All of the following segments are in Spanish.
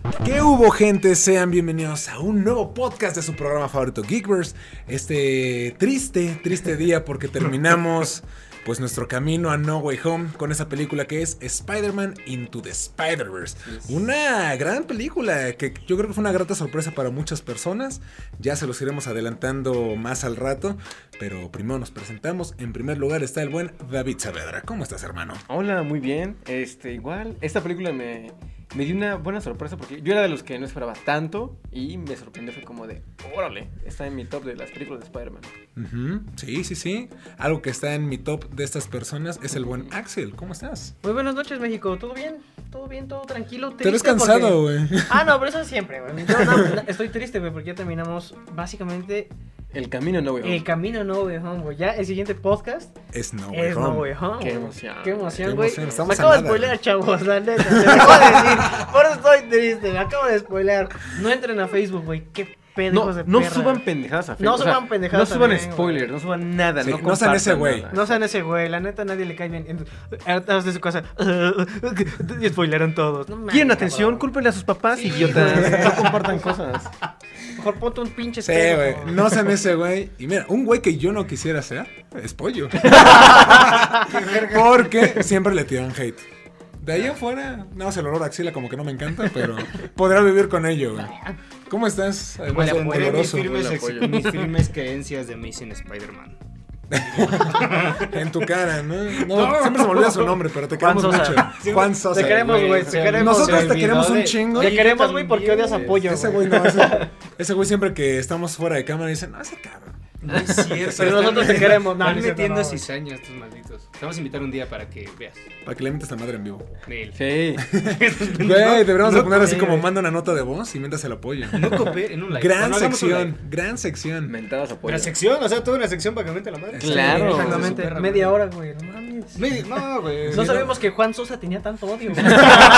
¿Qué hubo, gente? Sean bienvenidos a un nuevo podcast de su programa favorito, Geekverse. Este triste día porque terminamos pues nuestro camino a No Way Home con esa película que es Spider-Man Into the Spider-Verse. Una gran película que yo creo que fue una grata sorpresa para muchas personas. Ya se los iremos adelantando más al rato, pero primero nos presentamos. En primer lugar está el buen David Saavedra. ¿Cómo estás, hermano? Hola, muy bien. Igual, esta película me dio una buena sorpresa porque yo era de los que no esperaba tanto y me sorprendió, fue como de, órale, está en mi top de las películas de Spider-Man. Sí. Algo que está en mi top de estas personas es el buen Axel. ¿Cómo estás? Muy buenas noches, México. ¿Todo bien? ¿Todo bien? ¿Todo tranquilo? Te ves cansado, güey. No, pero eso siempre, güey. Yo no, estoy triste, güey, porque ya terminamos básicamente El camino a No Way Home. el camino a No Way Home, güey. Ya el siguiente podcast Es No Way es Home. No Way Home. Qué güey. emoción. Qué emoción, güey. Estamos Me a acabo de nada, spoilear, güey. chavos, la neta. Se me acabo de decir. Por eso estoy triste, me acabo de spoilear. No entren a Facebook, güey. Qué pendejos de No perra. suban pendejadas a Facebook. No suban pendejadas No suban también, spoilers, güey. no suban nada. Sí, no no sean ese compartan güey. nada. No sean ese güey, la neta a nadie le cae bien. Hartas de su casa. Y spoilearon todos. No mames, ¿Quieren atención? cabrón. Cúlpenle a sus papás, Sí, idiotas. güey. No compartan cosas. Mejor ponte un pinche Sí, espejo. güey. No sean ese güey. Y mira, un güey que yo no quisiera ser es Pollo. Porque siempre le tiran hate. De ahí afuera, no, el olor a axila como que no me encanta, pero podrá vivir con ello, güey. ¿Cómo estás? Además de Mantendré doloroso. mis firmes creencias de Amazing Spider-Man. En tu cara, ¿no? No, siempre se me olvida su nombre, pero te queremos Juan Sosa. mucho. Juan Sosa. Te queremos, güey, te queremos. Nosotros Se te olvidó queremos un de- chingo. Te queremos, güey, porque odias a Pollo. Ese güey. güey no, ese güey siempre que estamos fuera de cámara dice, no, ese cabrón. No es cierto. Pero nosotros te queremos. No, Están no es cierto, metiendo no, güey. cizaña estos malditos. Te vamos a invitar un día para que veas. Para que le metas la madre en vivo. Neil. Sí. Güey, deberíamos de no poner así cooperen. como manda una nota de voz y mientras el apoyo. No cooperen un like. Gran Cuando hagamos un sección, like. gran sección. Mentadas a pollo. La sección, o sea, toda una sección para que aumente la madre. Claro. Sí, Exactamente. súper Media rápido. hora, güey. No mames. No, güey. No sabíamos que Juan Sosa tenía tanto odio. güey.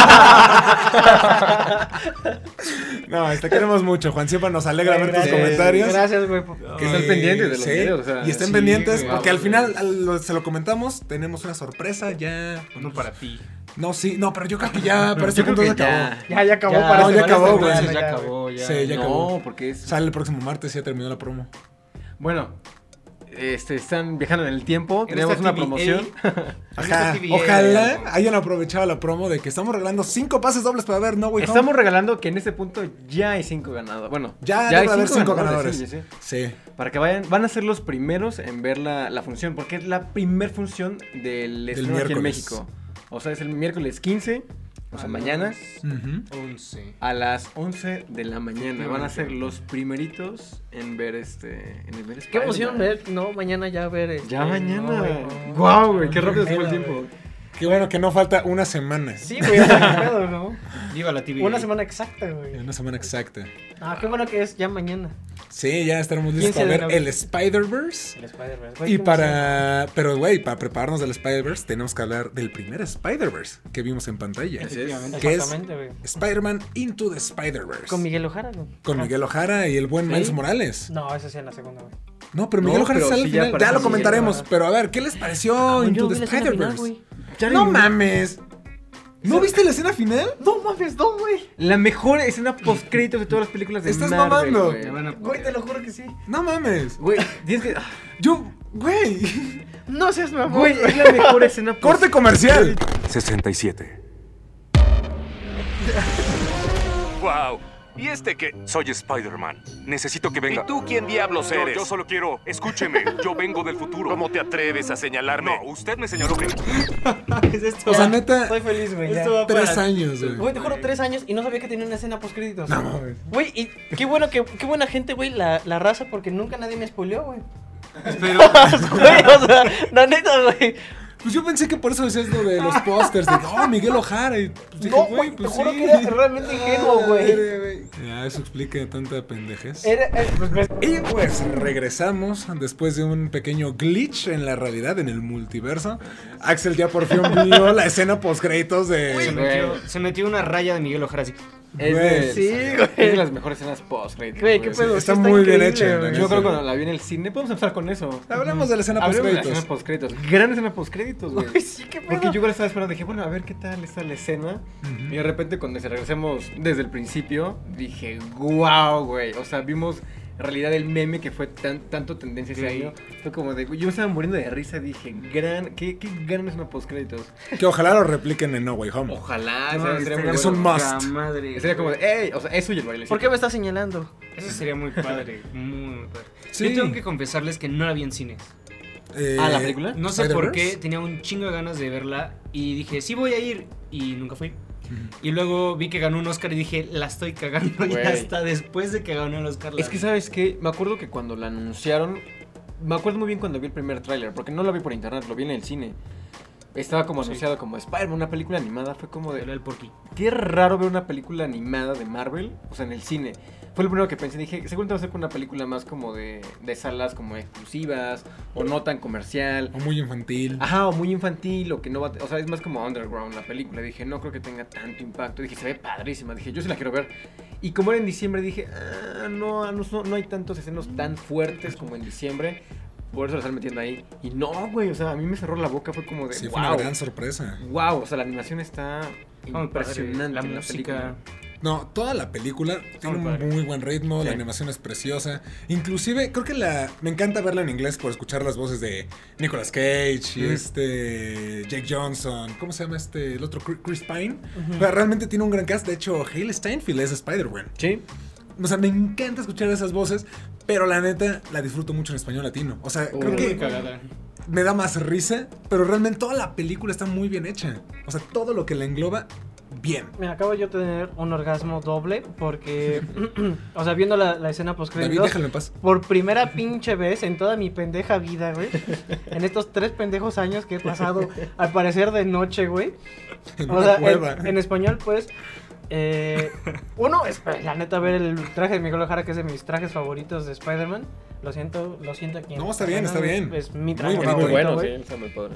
No, te queremos mucho, Juan. Siempre nos alegra ver tus Gracias. comentarios. Gracias, güey. Que estén pendientes de los Sí, videos, o sea, y estén sí, pendientes güey. porque al final se lo comentamos, tenemos una sorpresa ya. No para ti. No, sí, no, pero yo creo que ya para este Yo creo punto que se acabó. Ya acabó Ya, para no, ya para acabó, esta güey. semana, Ya güey. acabó, ya. Sí, ya no, acabó. porque es... Sale el próximo martes y ya terminó la promo. Bueno, están viajando en el tiempo, En tenemos esta una TVA. promoción. Ajá, TVA, ojalá algo. hayan aprovechado la promo de que estamos regalando 5 pases dobles para ver No Way Home. Estamos regalando que en este punto ya hay 5 ganadores. Bueno, Ya hay debe haber 5 ganadores. Sí, sí. Sí. Para que van a ser los primeros en ver la función, porque es la primer función del estreno aquí en miércoles. México. O sea, es el miércoles 15, o sea, mañana, Ujú. 11. a las 11 de la mañana. Van a ser los primeritos en ver en el ver Qué Spider-Man. emoción ver, no, mañana ya ver. Ya mañana. No, güey, no. Guau, güey, qué rápido se fue el Pedo, tiempo. güey. Qué bueno que no falta una semana. Sí, güey, ya está qué pedo, ¿no? Viva la TVA. Una semana exacta, güey. Una semana exacta. Qué bueno que es ya mañana. Sí, ya estaremos listos 15 para de ver noviembre. el Spider-Verse. El Spider-Verse. güey, Y qué para... Pero, güey, para prepararnos del Spider-Verse tenemos que hablar del primer Spider-Verse que vimos en pantalla. Así es. emoción. que es- Exactamente, güey. Spider-Man Into the Spider-Verse. Con Miguel Ojara, güey. Con Miguel Ojara y el buen ¿Sí? Miles Morales. No, esa sí en la segunda, güey. No, pero Miguel No, Ojara pero sale al sí ya final. Ya, aparece lo en comentaremos. Miguel Pero a ver, ¿qué les pareció Into the Spider-Verse? No mames. ¿No viste la escena final? No mames, no, güey. La mejor escena post créditos de todas las películas de Estás Marvel, mamando. güey. Me van a Güey, te lo juro que sí. No mames. Güey, tienes que... Yo, güey. No seas mamón. Güey, es la mejor escena post... Corte comercial. 67. ¡Wow! ¿Y este qué? Soy Spider-Man. Necesito que venga. ¿Y tú quién diablos eres? Yo solo quiero. Escúcheme. Yo vengo del futuro. ¿Cómo te atreves a señalarme? No, usted me señaló que. ¿Qué es esto? O sea, neta, Estoy feliz, güey. ya. Esto va 3 para- años, güey. Güey, te juro 3 años y no sabía que tenía una escena post créditos. No mames. Güey, y qué bueno qué buena gente, güey, la raza, porque nunca nadie me spoileó, güey. Espero. Güey, o sea, la neta, güey. Pues yo pensé que por eso decías lo de los pósters, de Miguel Ojara. Y pues dije, No, güey, te pues juro sí. que era realmente ingenuo, güey. Ya, eso explica tanta pendejez. Pues, Y pues regresamos después de un pequeño glitch en la realidad, en el multiverso. Axel ya por fin vio la escena post créditos de... Se metió una raya de Miguel Ojara así. Güey, Sí, Es güey. de las mejores escenas post-credits. Güey, qué pedo. está sí muy bien increíble, hecha, güey. la Yo creo que cuando la vi en el cine, podemos empezar con eso. Hablemos de la escena Hablemos de la post-créditos. escena post-créditos. Gran escena post-créditos, güey. Güey, sí, qué pedo. Porque yo igual estaba esperando, dije, bueno, a ver qué tal está la escena. Y de repente cuando se regresemos desde el principio, dije, wow, güey. O sea, vimos en realidad el meme que fue tanto tendencia ese año. Fue como de, yo me estaba muriendo de risa, dije, qué gran escena post-créditos. Que ojalá lo repliquen en No Way Home. Ojalá, No, sería muy es bueno. un must. Madre. Sería como de, ey, o sea, eso y el baile. ¿Por qué me estás señalando? Eso sería muy padre. Muy padre. Sí. Yo tengo que confesarles que no la vi en cines. ¿La película? No sé por ¿Spider-Verse? qué, tenía un chingo de ganas de verla y dije, sí voy a ir, y nunca fui. Y luego vi que ganó un Oscar y dije, la estoy cagando. Y Güey. hasta después de que ganó el Oscar. Es que, ¿sabes qué? Me acuerdo que cuando la anunciaron, me acuerdo muy bien cuando vi el primer tráiler, porque no lo vi por internet, lo vi en el cine. Estaba como anunciado como Spider-Man, una película animada, fue como de... Era el porqui. Qué raro ver una película animada de Marvel, o sea, en el cine. Fue lo primero que pensé, dije, seguramente va a ser una película más como de salas como exclusivas, o no tan comercial. O muy infantil. Ajá, o muy infantil, o que no va, o sea, es más como underground la película. Dije, no creo que tenga tanto impacto. Dije, se ve padrísima. Dije, yo sí la quiero ver. Y como era en diciembre, dije, no hay tantos escenas tan fuertes como en diciembre. Por eso la están metiendo ahí. Y no, güey, o sea, a mí me cerró la boca, fue como de, Sí, fue una gran sorpresa. wow, o sea, la animación está Muy impresionante. padre. La en música. película. No, toda la película tiene Muy un padre. muy buen ritmo, Sí. la animación es preciosa. Inclusive, creo que me encanta verla en inglés por escuchar las voces de Nicolas Cage y Jake Johnson. ¿Cómo se llama el otro? Chris Pine. Pero realmente tiene un gran cast. De hecho, Hailee Steinfeld es Spider-Man. Sí. O sea, me encanta escuchar esas voces, pero la neta la disfruto mucho en español latino. O sea, creo Muy que cagada. me da más risa, pero realmente toda la película está muy bien hecha. O sea, todo lo que la engloba, bien. Me acabo yo de tener un orgasmo doble porque, o sea, viendo la escena post David, créditos, déjalo en paz. por primera pinche vez en toda mi pendeja vida, güey, en estos 3 pendejos años que he pasado, al parecer de noche, güey, En o una sea, cueva. en español, pues, uno es, la neta, ver el traje de Miguel Ojara, que es de mis trajes favoritos de Spider-Man. Lo siento aquí. No, está bien, está bien. Es mi Muy traje bonito. favorito, Muy bueno, sí, güey. está muy padre.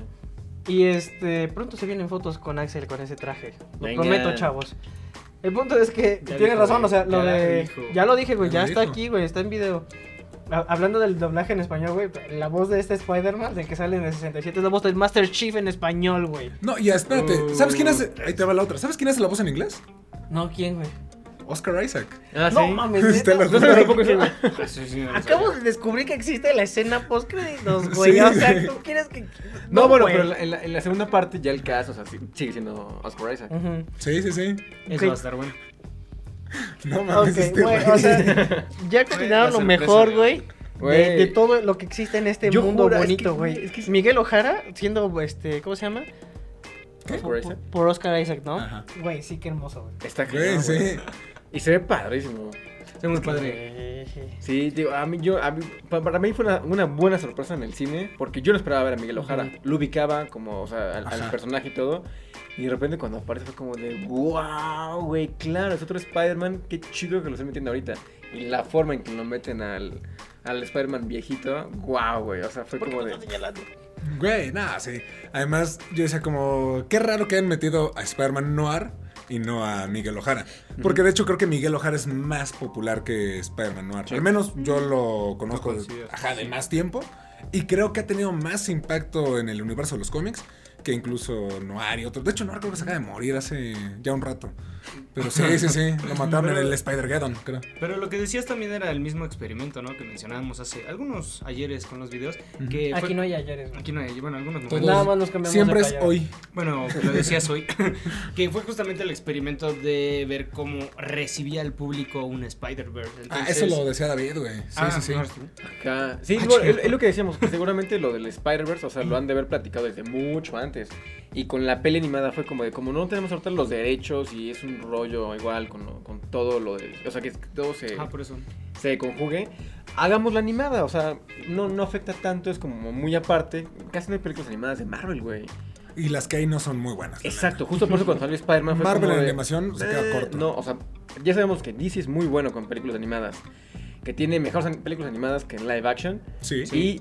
Y pronto se vienen fotos con Axel con ese traje. Lo Venga. prometo, chavos. El punto es que Ya tienes dijo, razón, güey. o sea, lo Ya de. dijo. Ya lo dije, güey, Ya ya lo está dijo. aquí, güey, está en video. Hablando del doblaje en español, güey, la voz de este Spider-Man, del que sale en el 67, es la voz del Master Chief en español, güey. No, ya, espérate. ¿Sabes quién hace? Ahí te va la otra. ¿Sabes quién hace la voz en inglés? No, ¿quién, güey? Oscar Isaac. Ah, No sí. mames, Te lo neta. juro. Tampoco sí, güey. Eso sí no lo Acabo sabía. de descubrir que existe la escena post-créditos, güey. Sí. O sea, ¿tú quieres que.? No, bueno, güey. pero en la segunda parte ya el caso, o sea, sigue siendo Oscar Isaac. Ujú. Sí, sí, sí. Eso Ok. va a estar bueno. No mames, Ok, güey, o sea, ya combinaron lo sorpresa, mejor, güey. güey. Güey. De todo lo que existe en este Yo mundo juro, es bonito, que, güey. güey, es que- Miguel Ojara, siendo ¿cómo se llama? Oscar Isaac. Por Oscar Isaac, ¿no? Ajá. Güey, sí, qué hermoso, güey. Está Güey, cañón, sí. güey. Y se ve padrísimo. Está muy padre. Sí, digo, para mí fue una buena sorpresa en el cine, porque yo no esperaba ver a Miguel Ojara. Lo ubicaba como, o sea, al Ajá. personaje y todo. Y de repente cuando aparece fue como de, wow, güey, claro, es otro Spider-Man, qué chido que lo están metiendo ahorita. Y la forma en que lo meten al Spider-Man viejito, wow, güey, o sea, fue como de... Güey, nada, sí. Además, yo decía como, qué raro que hayan metido a Spider-Man Noir y no a Miguel Ojara. Porque de hecho creo que Miguel Ojara es más popular que Spider-Man Noir. Al menos yo lo conozco Lo considero, de más tiempo. Y creo que ha tenido más impacto en el universo de los cómics que incluso Noir y otros. De hecho, Noir creo que se acaba de morir hace ya un rato. Pero sí, lo mataron en el Spider-Geddon, creo. Pero lo que decías también era el mismo experimento, ¿no? Que mencionábamos hace algunos ayeres con los videos. Que Aquí fue- no hay ayeres, güey. Aquí no hay, bueno, algunos no. Todos- Nada más nos cambiamos Siempre de es playa. hoy. Bueno, lo decías hoy, que fue justamente el experimento de ver cómo recibía el público un Spider-Verse. Entonces- Eso lo decía David, güey. Sí, Ah, sí. ¿no eres tú? Acá. Sí, Ah, bueno, chido. es lo que decíamos, que seguramente lo del Spider-Verse, o sea, lo han de haber platicado desde mucho antes. Y con la peli animada fue como de, como no tenemos ahorita los derechos y es un rollo igual con todo lo de... O sea, que todo Ah, por eso. se conjugue, hagamos la animada, o sea, no afecta tanto, es como muy aparte. Casi no hay películas animadas de Marvel, güey. Y las que hay no son muy buenas. la Exacto, justo por eso cuando salió Spider-Man fue Marvel como en de, animación se queda corto. No, o sea, ya sabemos que DC es muy bueno con películas animadas, que tiene mejores películas animadas que en live action. Sí. Y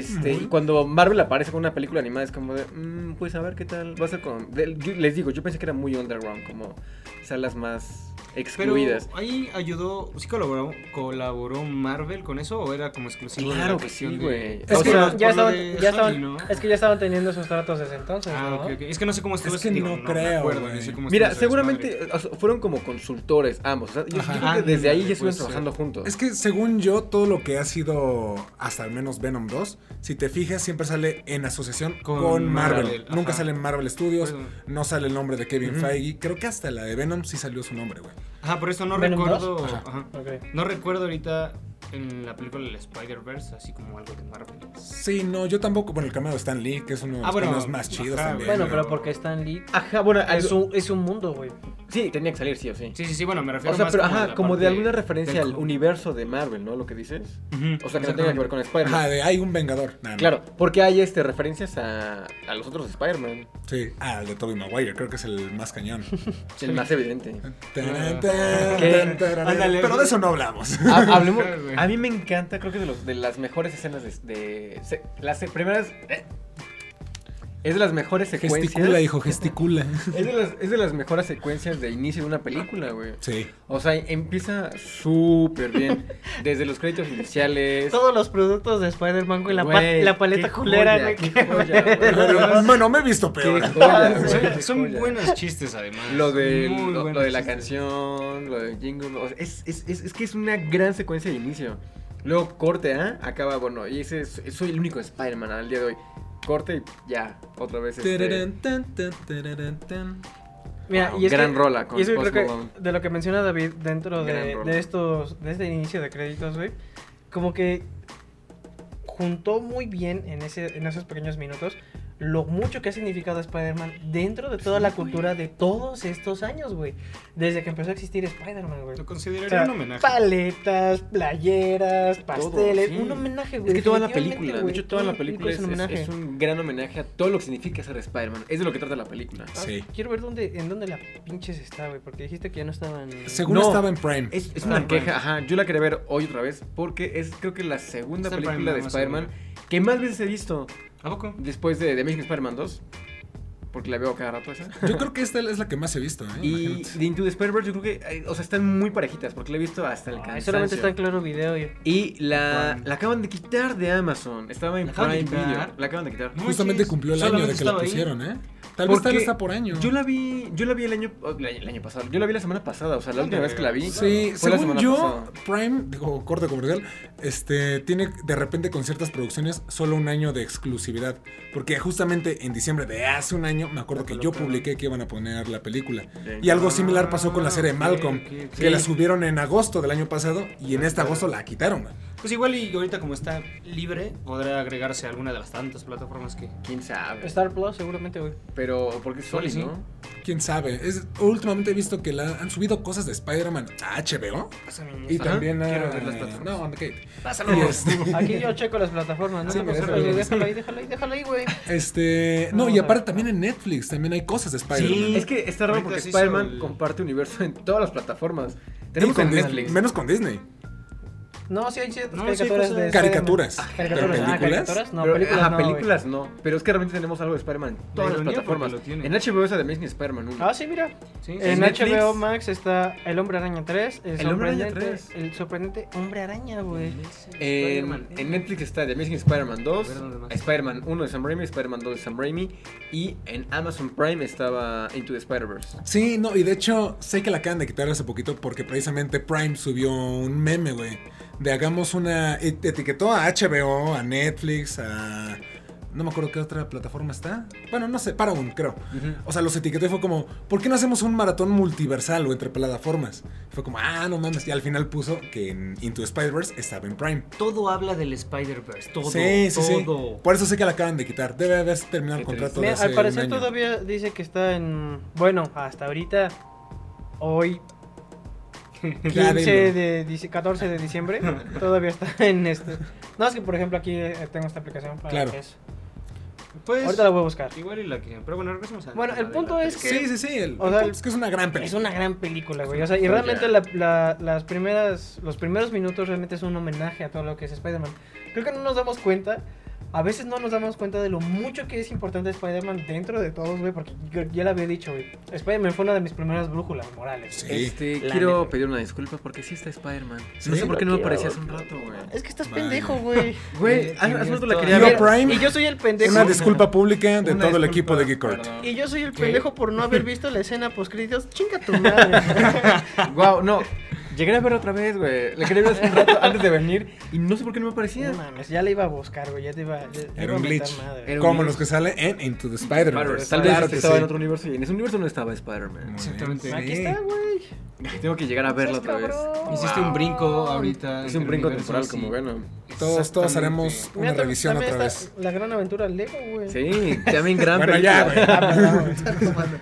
y cuando Marvel aparece con una película animada es como de, pues a ver qué tal. Va a ser con. Les digo, yo pensé que era muy underground, como salas más excluidas. Pero ahí ayudó, ¿sí colaboró Marvel con eso o era como exclusivo? Claro de la que cuestión sí, de- güey. Es O que sea, por ya lo estaban, de ya estaban, Sony, ¿no? es que ya estaban teniendo esos tratos desde entonces, Ah, ¿no? ok. Es que no sé cómo estuvo Es que ese- no me creo, acuerdo, güey. no sé cómo Mira, estuvo ese seguramente desmadre. o sea, fueron como consultores ambos. O sea, yo Ajá. creo que desde ahí ya estuvieron Puede ser. trabajando juntos. Es que según yo, todo lo que ha sido hasta al menos Venom 2, si te fijas, siempre sale en asociación con Marvel. Marvel, Nunca ajá. sale en Marvel Studios, Pues, no sale el nombre de Kevin Ujú. Feige. Creo que hasta la de Venom sí salió su nombre, güey. Ajá, por eso no ¿Venom recuerdo. 2? Ajá. Ok. No recuerdo ahorita en la película del Spider-Verse, así como algo de Marvel. Sí, no, yo tampoco. Bueno, el cameo de Stan Lee, que es uno de los bueno, cameos más chidos ajá, también. Bueno, güey. pero porque Stan Lee Ajá, bueno, es un mundo, güey. sí, tenía que salir sí o sí. Sí, bueno, me refiero O sea, más pero como ajá, la como de parte alguna referencia del al universo de Marvel, ¿no? Lo que dices. Ujú, O sea, que no tenga que ver con Spider-Man. Ajá, de hay un Vengador. Nada más. Claro, porque hay referencias a los otros Spider-Man. Sí, el de Tobey Maguire, creo que es el más cañón. El más evidente. Tarán, ¿Qué? tarán, tarán. Ándale. Pero de eso no hablamos. Hablemos. Claro, güey. A mí me encanta, creo que de las mejores escenas las primeras. Es de las mejores secuencias. Gesticula, hijo, gesticula. Es de las mejores secuencias de inicio de una película, güey. Sí. O sea, empieza súper bien. Desde los créditos iniciales. Todos los productos de Spider-Man, güey, Güey, la paleta qué culera, joya, güey. qué joya, güey. Bueno, me he visto peor. Qué joya, güey, Son- qué Son joya. buenos chistes, además. Lo de, Muy lo buenos de la chistes. canción, lo de Jingle. O sea, es que es una gran secuencia de inicio. Luego corte, acaba, bueno, y soy el único Spider-Man al día de hoy. Corte y ya, otra vez. Tararán, tan, tan, tararán, tan. Mira, Wow, y es gran que, rola con y eso Post creo Malone. que de lo que menciona David dentro Gran rola. de este inicio de créditos, güey, como que juntó muy bien en esos pequeños minutos lo mucho que ha significado Spider-Man dentro de toda la cultura de todos estos años, güey. Desde que empezó a existir Spider-Man, güey. Lo O consideraría sea, un homenaje. paletas, playeras, pasteles, sí. un homenaje, güey. Es que toda la definitivamente, película, de güey, hecho, toda la todo película es un homenaje. es un gran homenaje a todo lo que significa ser Spider-Man. Es de lo que trata la película. Ah, Sí. Quiero ver en dónde la pinches está, güey, porque dijiste que ya no estaban... Según No. estaba en Prime. Es Ah, una bueno. queja, ajá. Yo la quería ver hoy otra vez porque es, creo que la segunda Está en película de Prime, Spider-Man Amazon. que más veces he visto ¿A poco? después de Amazing Spider-Man 2. Porque la veo cada rato esa. Yo creo que esta es la que más he visto, ¿eh? Y Imagínate. de Into the Spider-Verse yo creo que, o sea, están muy parejitas porque la he visto hasta el Ay, cansancio. solamente está en Claro Video. Y la Prime. acaban de quitar de Amazon. Estaba en ¿La acaban de Prime quitar? Video. La acaban de quitar. No Justamente manches, cumplió el año solamente de que la estaba ahí. pusieron, ¿eh? Tal vez Porque está por año. Yo la vi el año pasado. Yo la vi la semana pasada, o sea, la última vez que la vi. Sí, fue la según semana yo, pasada. Prime, digo, corte comercial, tiene de repente con ciertas producciones solo un año de exclusividad. Porque justamente en diciembre de hace un año, me acuerdo que yo publiqué que iban a poner la película. Y algo similar pasó con la serie de Malcolm, ok. que la subieron en agosto del año pasado y en este agosto la quitaron, güey. Pues igual y ahorita como está libre, podrá agregarse a alguna de las tantas plataformas que... Quién sabe. Star Plus, seguramente, güey. Pero porque es Sony, Sí. ¿no? Quién sabe. Últimamente he visto que han subido cosas de Spider-Man a HBO. Y Ajá. también a. Quiero ver las plataformas. No, on the Gate. Pásalo. Y Aquí yo checo las plataformas, no Sí, te mira, preocupes, eso güey, es. déjalo ahí, güey. No, y aparte también en Netflix también hay cosas de Spider-Man. Sí. Es que está raro Ahorita porque se hizo Spider-Man el- comparte universo en todas las plataformas. Y Tenemos con en Dis- Netflix. Menos con Disney. No, sí hay ciertas No, sí hay caricaturas cosas- de Caricaturas. Spider-Man. Pero Caricaturas. películas. ¿Caricaturas? No, Pero, películas ajá, no, güey. películas no. Pero es que realmente tenemos algo de Spider-Man en todas las ironía plataformas. porque lo tiene. En HBO es de Amazing Spider-Man 1. Ah, sí, mira. Sí, En Netflix. HBO Max está El Hombre Araña 3, El Hombre Araña 3. El sorprendente Hombre Araña, güey. En Netflix está The Amazing Spider-Man 2, A ver, ¿dónde más? Spider-Man 1 de Sam Raimi, Spider-Man 2 de Sam Raimi y en Amazon Prime estaba Into the Spider-Verse. Sí, no, y de hecho sé que la acaban de quitar hace poquito porque precisamente Prime subió un meme, güey. De hagamos una. Etiquetó a HBO, a Netflix, a. No me acuerdo qué otra plataforma está. Bueno, no sé, Paramount, creo. O sea, los etiquetó y fue como, ¿por qué no hacemos un maratón multiversal o entre plataformas? Fue como, no mames. Y al final puso que en Into the Spider-Verse estaba en Prime. Todo habla del Spider-Verse, todo, Sí. todo. Por eso sé que la acaban de quitar. Debe haber terminado el Qué contrato Mira, de hace al parecer un año. todavía dice que está en... Bueno, hasta ahorita, hoy, Ya, 14 de diciembre, todavía está en este... No, es que por ejemplo aquí tengo esta aplicación para Claro. eso. Pues, Ahorita la voy a buscar. igual y la que... Pero bueno, regresemos a... Bueno, el punto es que... Sí. O sea, Es que es una gran película. Es una gran película, güey. O sea, y Joya. realmente los primeros minutos realmente es un homenaje a todo lo que es Spider-Man. Creo que no nos damos cuenta a veces no nos damos cuenta de lo mucho que es importante Spider-Man dentro de todos, güey, porque yo ya lo había dicho, güey. Spider-Man fue una de mis primeras brújulas morales. Sí. La Quiero neta. pedir una disculpa porque sí está Spider-Man. ¿Sí? No sé por qué no me Quiero, aparecía hace un rato, güey. Es que estás Vaya. pendejo, güey. Güey, hace rato la todo. quería Hero ver. Prime. Y yo soy el pendejo. Una disculpa pública de Una todo el disculpa, equipo de Geekord. perdón. Y yo soy el ¿Qué? pendejo por no haber visto la escena post-créditos. Chinga tu madre. Wow, no. Llegué a ver otra vez, güey. La quería ver hace un rato antes de venir y no sé por qué no me aparecía. No mames, ya la iba a buscar, güey. Ya te iba, Era un glitch. Era un Como glitch. los que salen en Into the Spider-Verse. Tal vez Claro que estaba sí. en otro universo y en ese universo no estaba Spider-Man. Exactamente. Aquí Sí. está, güey. Tengo que llegar a verlo otra vez. Hiciste un brinco ahorita. Es un entre brinco universos temporal y- como Venom. Todos Exactamente. haremos una Mira, revisión también otra está vez. La gran aventura Lego, güey. Sí, también gran Bueno, película. ya, güey. Ah, perdón, está tomando.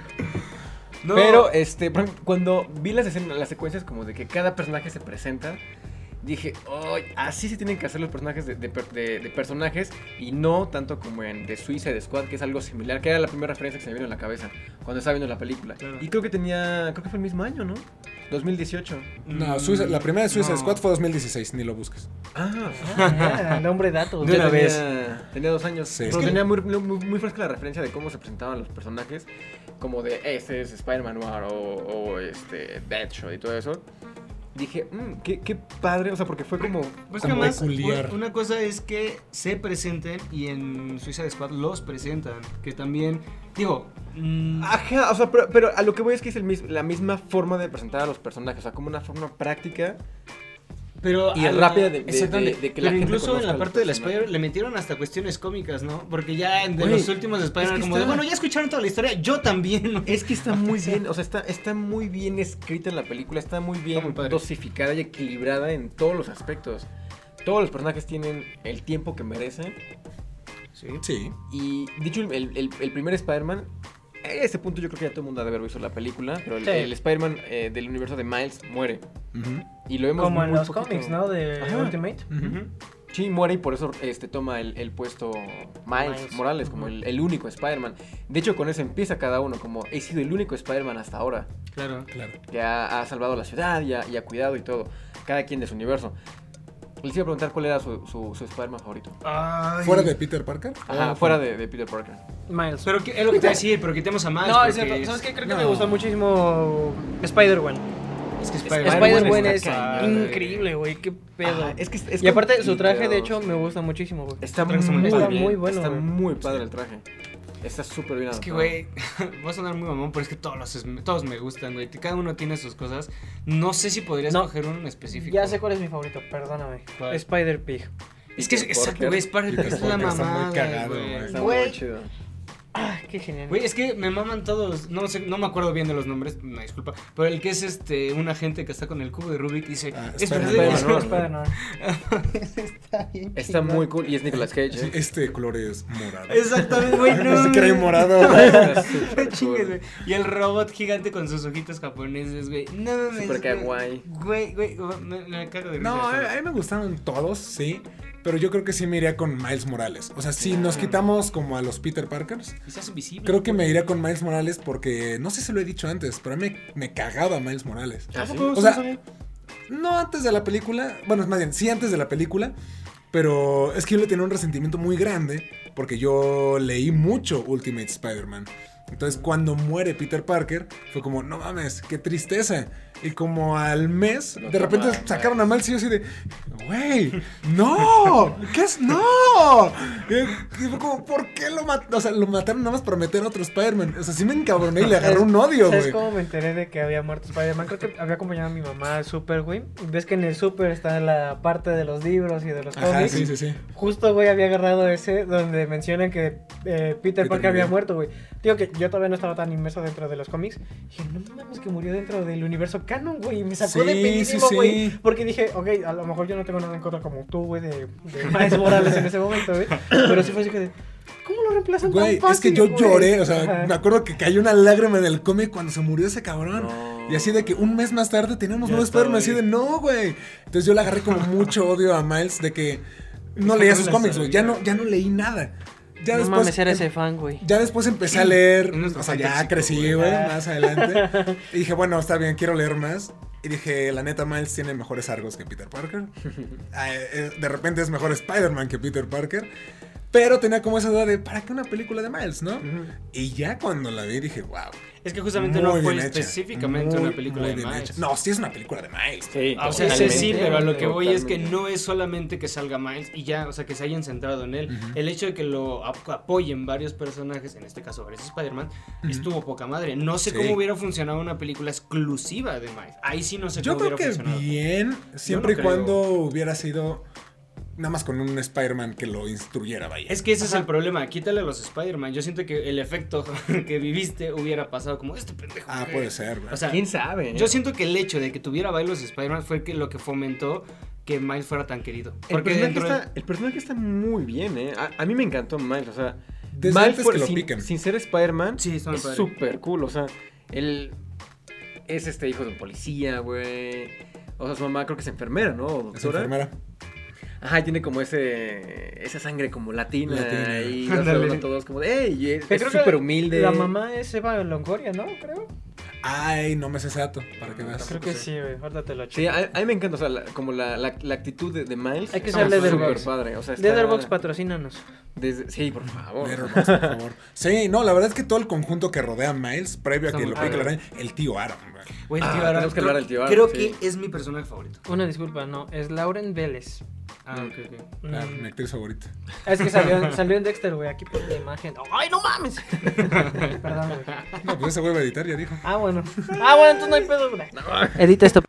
No, Pero, por ejemplo, cuando vi las escenas, las secuencias como de que cada personaje se presenta, dije, oh, así se tienen que hacer los personajes de personajes y no tanto como en The Suicide Squad, que es algo similar, que era la primera referencia que se me vino en la cabeza cuando estaba viendo la película. Claro. Y creo que fue el mismo año, ¿no? 2018. No, la primera de Suicide no. Squad fue 2016, ni lo busques. Ah, Ah, el hombre datos. De güey. una vez. Tenía 2 años. Sí. Pero Es que- tenía muy fresca la referencia de cómo se presentaban los personajes. Como de, este es Spider-Man Noir o Deadshot y todo eso. Dije, qué padre. O sea, porque fue como... Pues como que más, peculiar. una cosa es que se presenten y en Suicide Squad los presentan. Que también, digo, Ajá, o sea, pero a lo que voy es que es la misma forma de presentar a los personajes. O sea, como una forma práctica. pero Y a rápida de exactamente. que la Pero gente incluso en conozca la al parte de la personaje. Spider le metieron hasta cuestiones cómicas, ¿no? Porque ya de Güey, los últimos de Spider-Man es que como de, está- bueno, ya escucharon toda la historia, yo también, ¿no? Es que está muy bien, o sea, está muy bien escrita en la película, está muy bien Está muy padre. dosificada y equilibrada en todos los aspectos. Todos los personajes tienen el tiempo que merecen. Sí. Sí. Y dicho el primer Spider-Man, a ese punto yo creo que ya todo el mundo ha de haber visto la película, pero Sí. el Spider-Man del universo de Miles muere. Ujú. Y lo vemos Como en muy los poquito. cómics, ¿no? De Ajá. Ultimate. Ujú. Sí, muere y por eso toma el puesto Miles Miles. Morales como el único Spider-Man. De hecho, con eso empieza cada uno, como he sido el único Spider-Man hasta ahora. Claro. Claro. Que ha salvado la ciudad y ha cuidado y todo. Cada quien de su universo. Les iba a preguntar cuál era su Spider-Man favorito. ¿Fuera de Peter Parker? Ajá, fuera de Peter Parker. Miles. Pero es lo que te voy a decir, pero quitemos a Miles. No, es porque cierto. ¿Sabes qué? Creo que No. me gustó muchísimo Spider-Man. Es que Spider-Man es está cañón. increíble, güey. Qué pedo. Ajá, es que es Y aparte, su con traje, de details. hecho, me gusta muchísimo, güey. Está traje está muy, muy padre. bien, Muy bueno, Está güey. muy padre el traje. Está súper bien Es que, adaptado. güey, va a sonar muy mamón, pero es que todos me gustan, güey. Cada uno tiene sus cosas. No sé si podrías No. escoger uno en específico. Ya sé cuál es mi favorito, perdóname. ¿Cuál? Spider-Pig. Es que es Peter exacto, Parker. güey. Spider-Man Peter es la Parker está muy mamada, cagado, güey. güey. Está Güey. muy chido. Ah, qué genial. Güey, es que me maman todos. No sé, no me acuerdo bien de los nombres, una disculpa. Pero el que es un agente que está con el cubo de Rubik dice. Ah, es Spider-Man. verdadero. Spider-Man. Está bien. Está chingón. muy cool y es Nicolas Cage. Sí, este color es morado. Exactamente, güey. No, Pensé que era güey. morado, güey. Está No súper chingues, cool. güey. Y el robot gigante con sus ojitos japoneses, güey. No mames. Súper güey. kawaii. Güey, me cago de risa. No, eso. a mí me gustaron todos, sí. Pero yo creo que sí me iría con Miles Morales. O sea, si nos quitamos como a los Peter Parkers, Y se hace invisible. creo que me iría con Miles Morales porque, no sé si lo he dicho antes, pero a mí me cagaba Miles Morales. ¿Ah, sí? O sea, no antes de la película, bueno, más bien, sí antes de la película, pero es que yo le tenía un resentimiento muy grande porque yo leí mucho Ultimate Spider-Man. Entonces, cuando muere Peter Parker, fue como, no mames, qué tristeza. Y como al mes, Lo de repente tomaron, sacaron a Miles y yo así de, güey, no, ¿qué es? No. Y fue como, ¿por qué lo mataron? O sea, lo mataron nada más para meter a otro Spider-Man. O sea, sí me encabroné y le agarré un odio, ¿Sabes güey. cómo me enteré de que había muerto Spider-Man? Creo que había acompañado a mi mamá al super, güey. Ves que en el super está la parte de los libros y de los Ajá, cómics. sí, sí, sí. Justo, güey, había agarrado ese donde mencionan que Peter Parker había murió. muerto, güey. Digo que yo todavía no estaba tan inmerso dentro de los cómics. Dije, no mames, que murió dentro del universo canon, güey. Y me sacó Sí, de pedísimo, sí, güey. sí. Porque dije, ok, a lo mejor yo no tengo nada en contra como tú, güey, de Miles Morales en ese momento, güey. Pero sí fue así que de, ¿cómo lo reemplazan Güey, tan es que fácil, yo güey? lloré, o sea, Ajá. me acuerdo que cayó una lágrima en el cómic cuando se murió ese cabrón. No. Y así de que un mes más tarde teníamos Ya nuevo estaba Spider-Man, así ahí. de no, güey. Entonces yo le agarré como mucho odio a Miles de que no leía sus cómics, güey. Ya no leí nada. Ya No después, mames, era ese fan, güey. ya después empecé a leer, En nuestro o sea, fan ya tóxico, crecí, güey. güey, más adelante. Y dije, bueno, está bien, quiero leer más. Y dije, la neta, Miles tiene mejores arcos que Peter Parker. De repente es mejor Spider-Man que Peter Parker. Pero tenía como esa duda de, ¿para qué una película de Miles, no? Y ya cuando la vi dije, wow. Es que justamente Muy no fue bien hecha. específicamente Muy, una película muy de bien Miles. hecha. No, sí es una película de Miles. Sí, O sea, totalmente. sí, pero a lo que voy es que Totalmente. no es solamente que salga Miles y ya, o sea, que se hayan centrado en él. El hecho de que lo apoyen varios personajes, en este caso varios Spider-Man, estuvo poca madre. No sé Sí. cómo hubiera funcionado una película exclusiva de Miles. Ahí sí no sé Yo cómo creo hubiera que funcionado. bien, siempre y no creo. cuando hubiera sido nada más con un Spider-Man que lo instruyera, vaya. Es que ese es el problema, quítale a los Spider-Man. Yo siento que el efecto que viviste hubiera pasado como este pendejo. Ah, ¿qué?". puede ser, güey. O sea, ¿Quién sabe? yo siento que el hecho de que tuviera bailos Spider-Man fue lo que fomentó que Miles fuera tan querido. El personaje, dentro de- está, el personaje está muy bien, ¿eh? A mí me encantó Miles, o sea... Desde Miles antes que lo sin, piquen. sin ser Spider-Man, Sí, está muy es padre. súper cool, o sea, él es hijo de un policía, güey. O sea, su mamá creo que es enfermera, ¿no? O Es doctora. enfermera. Ajá, y tiene como esa sangre como latina. Latina. Y Ándale. los a todos como de, ¡ey! Es Creo que súper humilde. La mamá es Eva Longoria, ¿no? Creo. Ay, no me sé ese dato, para que veas. Creo que sí, güey. Ahorita te lo Sí, checo. a mí me encanta, o sea, como la actitud de Miles. Hay que está ser Letterboxd. súper padre. O sea, está Letterboxd, patrocínanos. sí, por favor. Letterboxd, por favor. Sí, no, la verdad es que todo el conjunto que rodea a Miles, previo a Está que muy lo pique padre. la araña, el tío Aaron, güey. Güey, el Ah, tío Aaron, tenemos que hablar del tío Aaron, creo sí. que es mi personaje favorito. Una disculpa, no. Es Lauren Vélez. Ah, ok, ok. Ah, Mm. mi actriz favorita. Es que salió en Dexter, güey. Aquí por la imagen. ¡Ay, no mames! Perdón, güey. No, pues ese güey va a editar, ya dijo. Ah, bueno. Entonces no hay pedo, güey. Edita esto.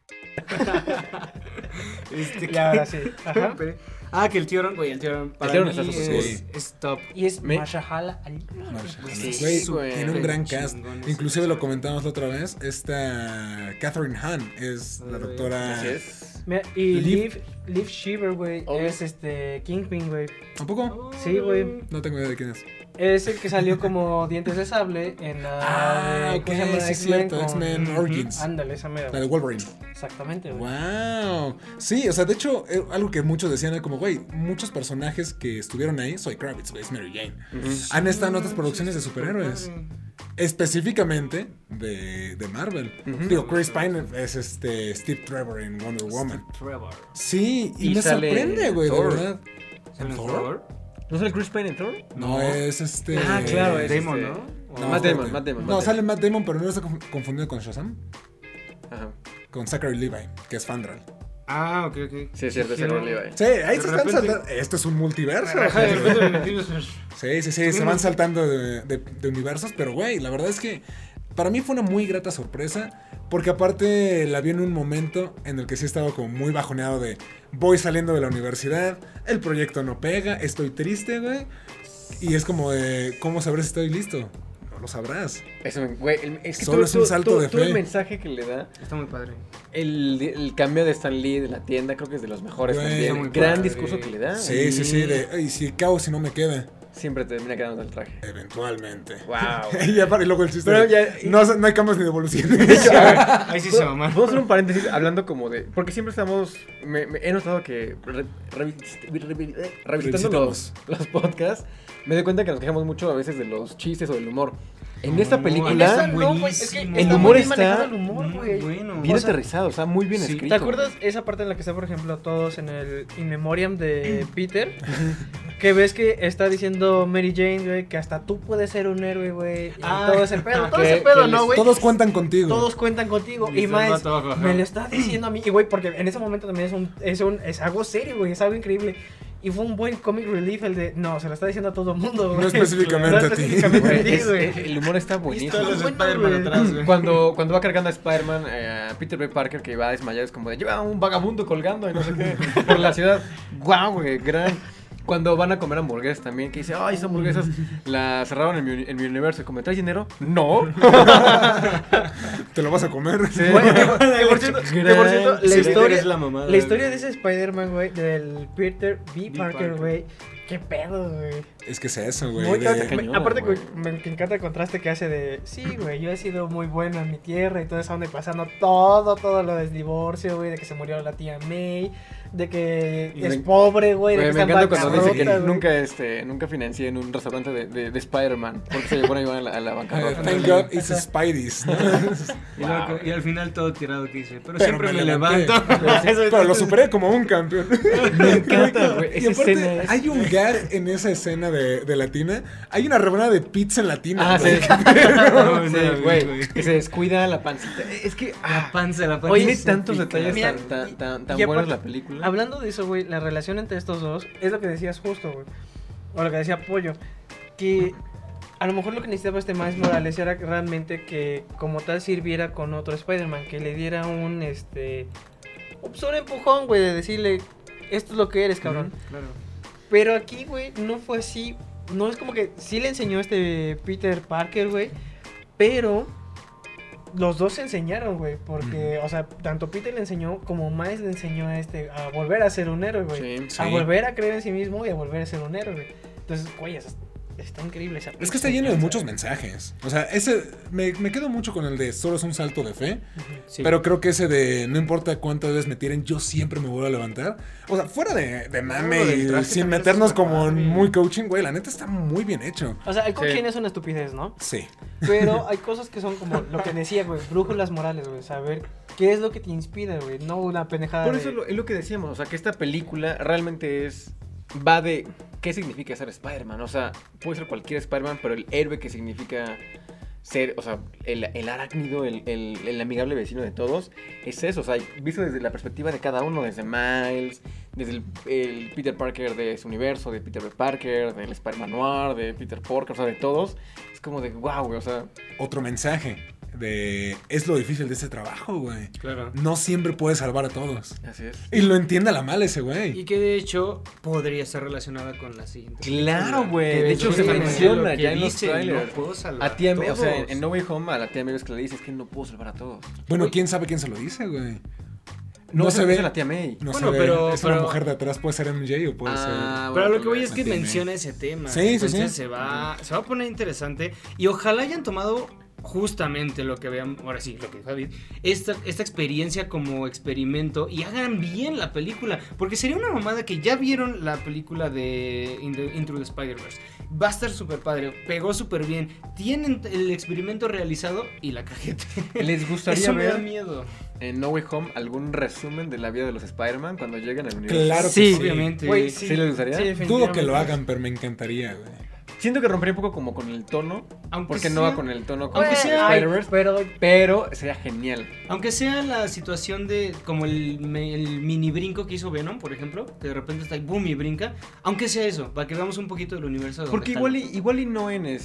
Y ahora sí. Ajá. Ah, que el tío Aaron, güey, el tío Aaron para tío Aaron mí está súper es top. Y es Me- Mashallah Ali. Marshall. Sí, Güey, güey. tiene un gran Chingón cast. ese Inclusive lo actor. comentamos la otra vez. Esta Catherine Hahn es la doctora. Así es. Mira, y Liv- Liv Shiver, güey, Oh. es Kingpin, güey. ¿Tampoco? Sí, güey. No tengo idea de quién es. Es el que salió como dientes de sable en la. Ah, ok, ¿cómo se llama? sí es cierto, con- X-Men Origins. Ándale, esa mera. La de Wolverine. Exactamente, güey. Wow. Sí, o sea, de hecho, algo que muchos decían era como, güey, muchos personajes que estuvieron ahí, Zoe Kravitz, güey, es Mary Jane, han estado en otras producciones de superhéroes. Específicamente de Marvel. Digo, Chris Pine es Steve Trevor en Wonder Woman. Trevor. Sí, y Y me sale sorprende, güey, de Thor. verdad. ¿En ¿En Thor? Thor? ¿No sale Chris Pine en Thor? No, es Ah, claro, es Damon, este- ¿no? No, Matt espérate. Damon. No, Matt Damon. sale Matt Damon, pero no está confundido con Shazam. Ajá. Con Zachary Levi, que es Fandral. Ah, ok, ok. Sí, es cierto, ese Ron Levi. Sí, ahí De se están repente- saltando. Esto es un multiverso. Ajá, de repente me metí- Sí, se van saltando de universos, pero güey, la verdad es que para mí fue una muy grata sorpresa, porque aparte la vi en un momento en el que sí estaba como muy bajoneado de voy saliendo de la universidad, el proyecto no pega, estoy triste, güey, y es como de, ¿cómo sabré si estoy listo? No lo sabrás. Eso, güey, es que Solo es un salto de todo el fe. mensaje que le da, Está muy padre. el cambio de Stan Lee de la tienda, creo que es de los mejores Güey, también. está muy Gran padre. discurso que le da. Sí, sí, sí, y si caos si no me queda, Siempre termina quedando el traje. eventualmente. Wow. Y ya para y luego el chiste. Pero de, ya- no hay cambios ni devoluciones. Ahí sí se mamá. Vamos a hacer un paréntesis hablando como de... Porque siempre estamos... he notado que revisitando los podcasts, me doy cuenta que nos quejamos mucho a veces de los chistes o del humor. En esta No, película, en esta no, güey, es que el está humor muy bien está manejado el humor, Muy güey. bueno. bien o sea, aterrizado, o sea, muy bien sí. escrito. ¿Te acuerdas esa parte en la que está, por ejemplo, todos en el In Memoriam de Peter? Que ves que está diciendo Mary Jane, güey, que hasta tú puedes ser un héroe, güey. Y Ah, todo ese pedo, todo que- ese pedo, que ¿no, güey? Todos cuentan contigo. Todos cuentan contigo. Y Y está el más, vato abajo, ajá. me lo está diciendo a mí. Y, güey, porque en ese momento también es algo serio, güey. Es algo increíble. Y fue un buen comic relief el de, no, se lo está diciendo a todo el mundo, güey. No específicamente a ti. específicamente a Güey, ti, güey. el humor está buenísimo. Todos los Bueno, Spider-Man güey. atrás, güey. Cuando va cargando a Spider-Man, a Peter B. Parker, que va a desmayar, es como de, lleva un vagabundo colgando y no sé qué, por la ciudad. ¡Guau, güey! Gran. Cuando van a comer hamburguesas también, que dice, ay, esas hamburguesas las cerraron en mi universo. Como, ¿traes dinero? No. Te lo vas a comer. Güey, que por cierto, la Sí, historia, es la mamada, la historia de ese Spider-Man, güey, del Peter B. Parker, Parker. güey. Qué pedo, güey. Es que es eso, güey. Muy de- cañón, aparte, güey. güey, me encanta el contraste que hace de, sí, güey, yo he sido muy bueno en mi tierra y todo eso, donde pasando todo lo del divorcio, güey, de que se murió la tía May, de que Y es me- pobre, güey, de Güey, que me está en encanta cuando dice que bancarrota, güey. nunca financié en un restaurante de Spider-Man. Porque se llevó a ayudar a la bancarrota. Thank God it's Spidey's, ¿no? Y, luego, y al final todo tirado que dice, pero, Pero siempre me levanté. levanto. Pero lo superé como un campeón. Me encanta, güey. Y Esa aparte, escena es hay un gag brincar en esa escena de Latina. Hay una rebanada de pizza en Latina. Ah, sí. No, Sí, no, güey. Que se descuida la pancita. Es que. La panza. Oye, tiene se tantos pica. detalles Mira, tan y buenos aparte, la película. Hablando de eso, güey, la relación entre estos dos es lo que decías justo, güey. O lo que decía Pollo. Que a lo mejor lo que necesitaba este Miles Morales era realmente que como tal sirviera con otro Spider-Man. Que le diera un empujón, güey, de decirle, esto es lo que eres, cabrón. Claro. Pero aquí, güey, no fue así. No es como que sí le enseñó Peter Parker, güey. Pero los dos se enseñaron, güey. Porque, o sea, tanto Peter le enseñó como Miles le enseñó a volver a ser un héroe, güey. Sí. A volver a creer en sí mismo y a volver a ser un héroe, güey. Entonces, güey, está increíble esa Es que está lleno de muchos mensajes. O sea, me quedo mucho con el de solo es un salto de fe. Sí. Pero creo que ese de no importa cuántas veces me tiren, yo siempre me vuelvo a levantar. O sea, fuera de mame del y traje sin también meternos está como en padre. muy coaching, güey. La neta está muy bien hecho. O sea, el coaching Sí. es una estupidez, ¿no? Sí. Pero hay cosas que son como lo que decía, güey, brújulas morales, güey. Saber qué es lo que te inspira, güey. No una pendejada Por de... eso es lo que decíamos, o sea, que esta película realmente va de qué significa ser Spider-Man, o sea, puede ser cualquier Spider-Man, pero el héroe que significa ser, o sea, el arácnido, el amigable vecino de todos, es eso, o sea, visto desde la perspectiva de cada uno, desde Miles, desde el Peter Parker de su universo, de Peter Parker, del Spider-Man Noir, de Peter Parker, o sea, de todos, es como de wow, güey, o sea... Otro mensaje de es lo difícil de este trabajo, güey. Claro. No siempre puedes salvar a todos. Así es. Y lo entiende a la mala ese güey. Y que de hecho podría estar relacionada con la siguiente. Claro, película, güey. que De es hecho, se justamente menciona lo que ya en los dice, trailers. No puedo salvar A tía May, o todos. sea, en No Way Home, a la tía May ves que le dice, es que no puedo salvar a todos. Bueno, Güey, quién sabe quién se lo dice, güey. no se se ve. ve la tía May. No Bueno, se ve. pero- Es una pero- mujer de atrás, puede ser MJ o puede Ah, Pero bueno, lo que voy pues, es que entiende. menciona ese tema. Sí, sí, Entonces sí. se va a poner interesante. Y ojalá hayan tomado justamente lo que vean, ahora sí, lo que dijo David, esta experiencia como experimento y hagan bien la película. Porque sería una mamada que ya vieron la película de Into the Spider-Verse. Va a estar súper padre, pegó súper bien. Tienen el experimento realizado y la cajeta. ¿Les gustaría Eso me da ver miedo. en No Way Home algún resumen de la vida de los Spider-Man cuando lleguen al universo? Claro que Sí, sí. obviamente. Güey, ¿Sí les gustaría? Dudo que lo hagan, pero me encantaría, güey. Siento que rompería un poco como con el tono, Aunque porque sea- no va con el tono como aunque sea- Spider-Verse, pero pero sería genial. Aunque sea la situación de como el mini brinco que hizo Venom, por ejemplo, que de repente está ahí, boom, y brinca. Aunque sea eso, para que veamos un poquito del universo. de Porque donde igual y no en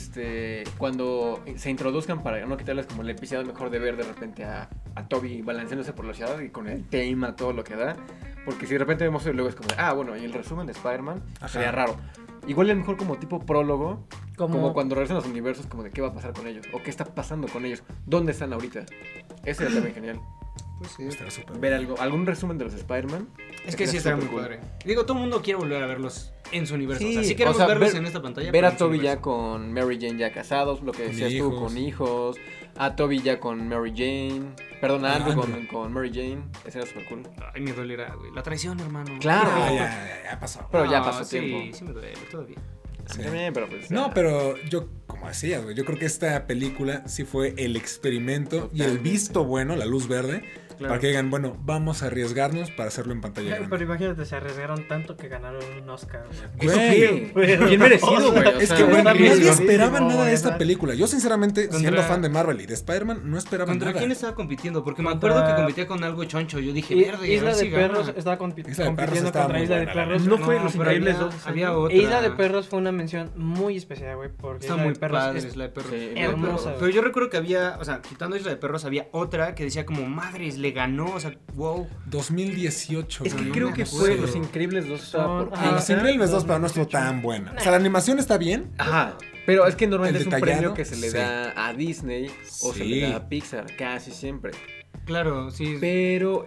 cuando se introduzcan para no quitarles como el episodio mejor de ver de repente a Toby balanceándose por la ciudad y con el tema, todo lo que da. Porque si de repente vemos y luego es como, bueno, y el resumen de Spider-Man Ajá. sería raro. Igual y a lo mejor como tipo prólogo, como como cuando regresan a los universos, como de qué va a pasar con ellos, o qué está pasando con ellos, dónde están ahorita. Eso sería también genial. Pues sí. Estará súper Ver algún resumen de los Spider-Man. Es que sí Sería estaría muy súper cool. padre. Digo, todo el mundo quiere volver a verlos en su universo. Sí, o sea, sí queremos o sea, verlos ver- en esta pantalla. Ver pero a en su Toby ya universo. con Mary Jane ya casados, lo que Con decías tú, hijos. con hijos. A Toby ya con Mary Jane. Perdón, a Andrew con Mary Jane. Ese era súper cool. Ay, me dolerá, güey. La traición, hermano. Claro. Ya pasó. Pero ya No, pasó sí, tiempo. Sí, me duele, todavía. A mí también, pero pues. No, pero yo, como decías, güey, yo creo que esta película sí fue el experimento y el Totalmente. visto bueno, la luz verde, Claro. para que digan, bueno, vamos a arriesgarnos para hacerlo en pantalla Pero grande. imagínate, se arriesgaron tanto que ganaron un Oscar, güey. Güey, Bien merecido, güey. o es sea, que, güey, está nadie bien, esperaba buenísimo, nada de esta güey. película. Yo, sinceramente, Contra- siendo fan de Marvel y de Spider-Man, no esperaba ¿Contra nada. quién estaba compitiendo? Porque me Contra- acuerdo que competía con algo choncho. Yo dije, Y- verde, a Isla ver de si gana. Perros estaba Isla de Perros compitiendo estaba contra muy Isla de buena, la Perros. No fue Los pero Increíbles había- 2. Había otra. Isla de Perros fue una mención muy especial, güey, porque Está Isla muy de Perros padre es Isla de Perros. Sí, hermosa, Pero güey. yo recuerdo que había, o sea, quitando Isla de Perros, había otra que decía como, madres, le ganó, o sea, wow. 2018. Es que güey. creo me que acuerdo. fue Los Increíbles 2. Son- por Ah, Los Pixar. Increíbles 2, pero no estuvo tan buena. O sea, la animación está bien. Ajá. Pero es que normalmente El es un detallado, premio que se le sí. da a Disney o se Sí. le da a Pixar, casi siempre. Claro, sí. Pero,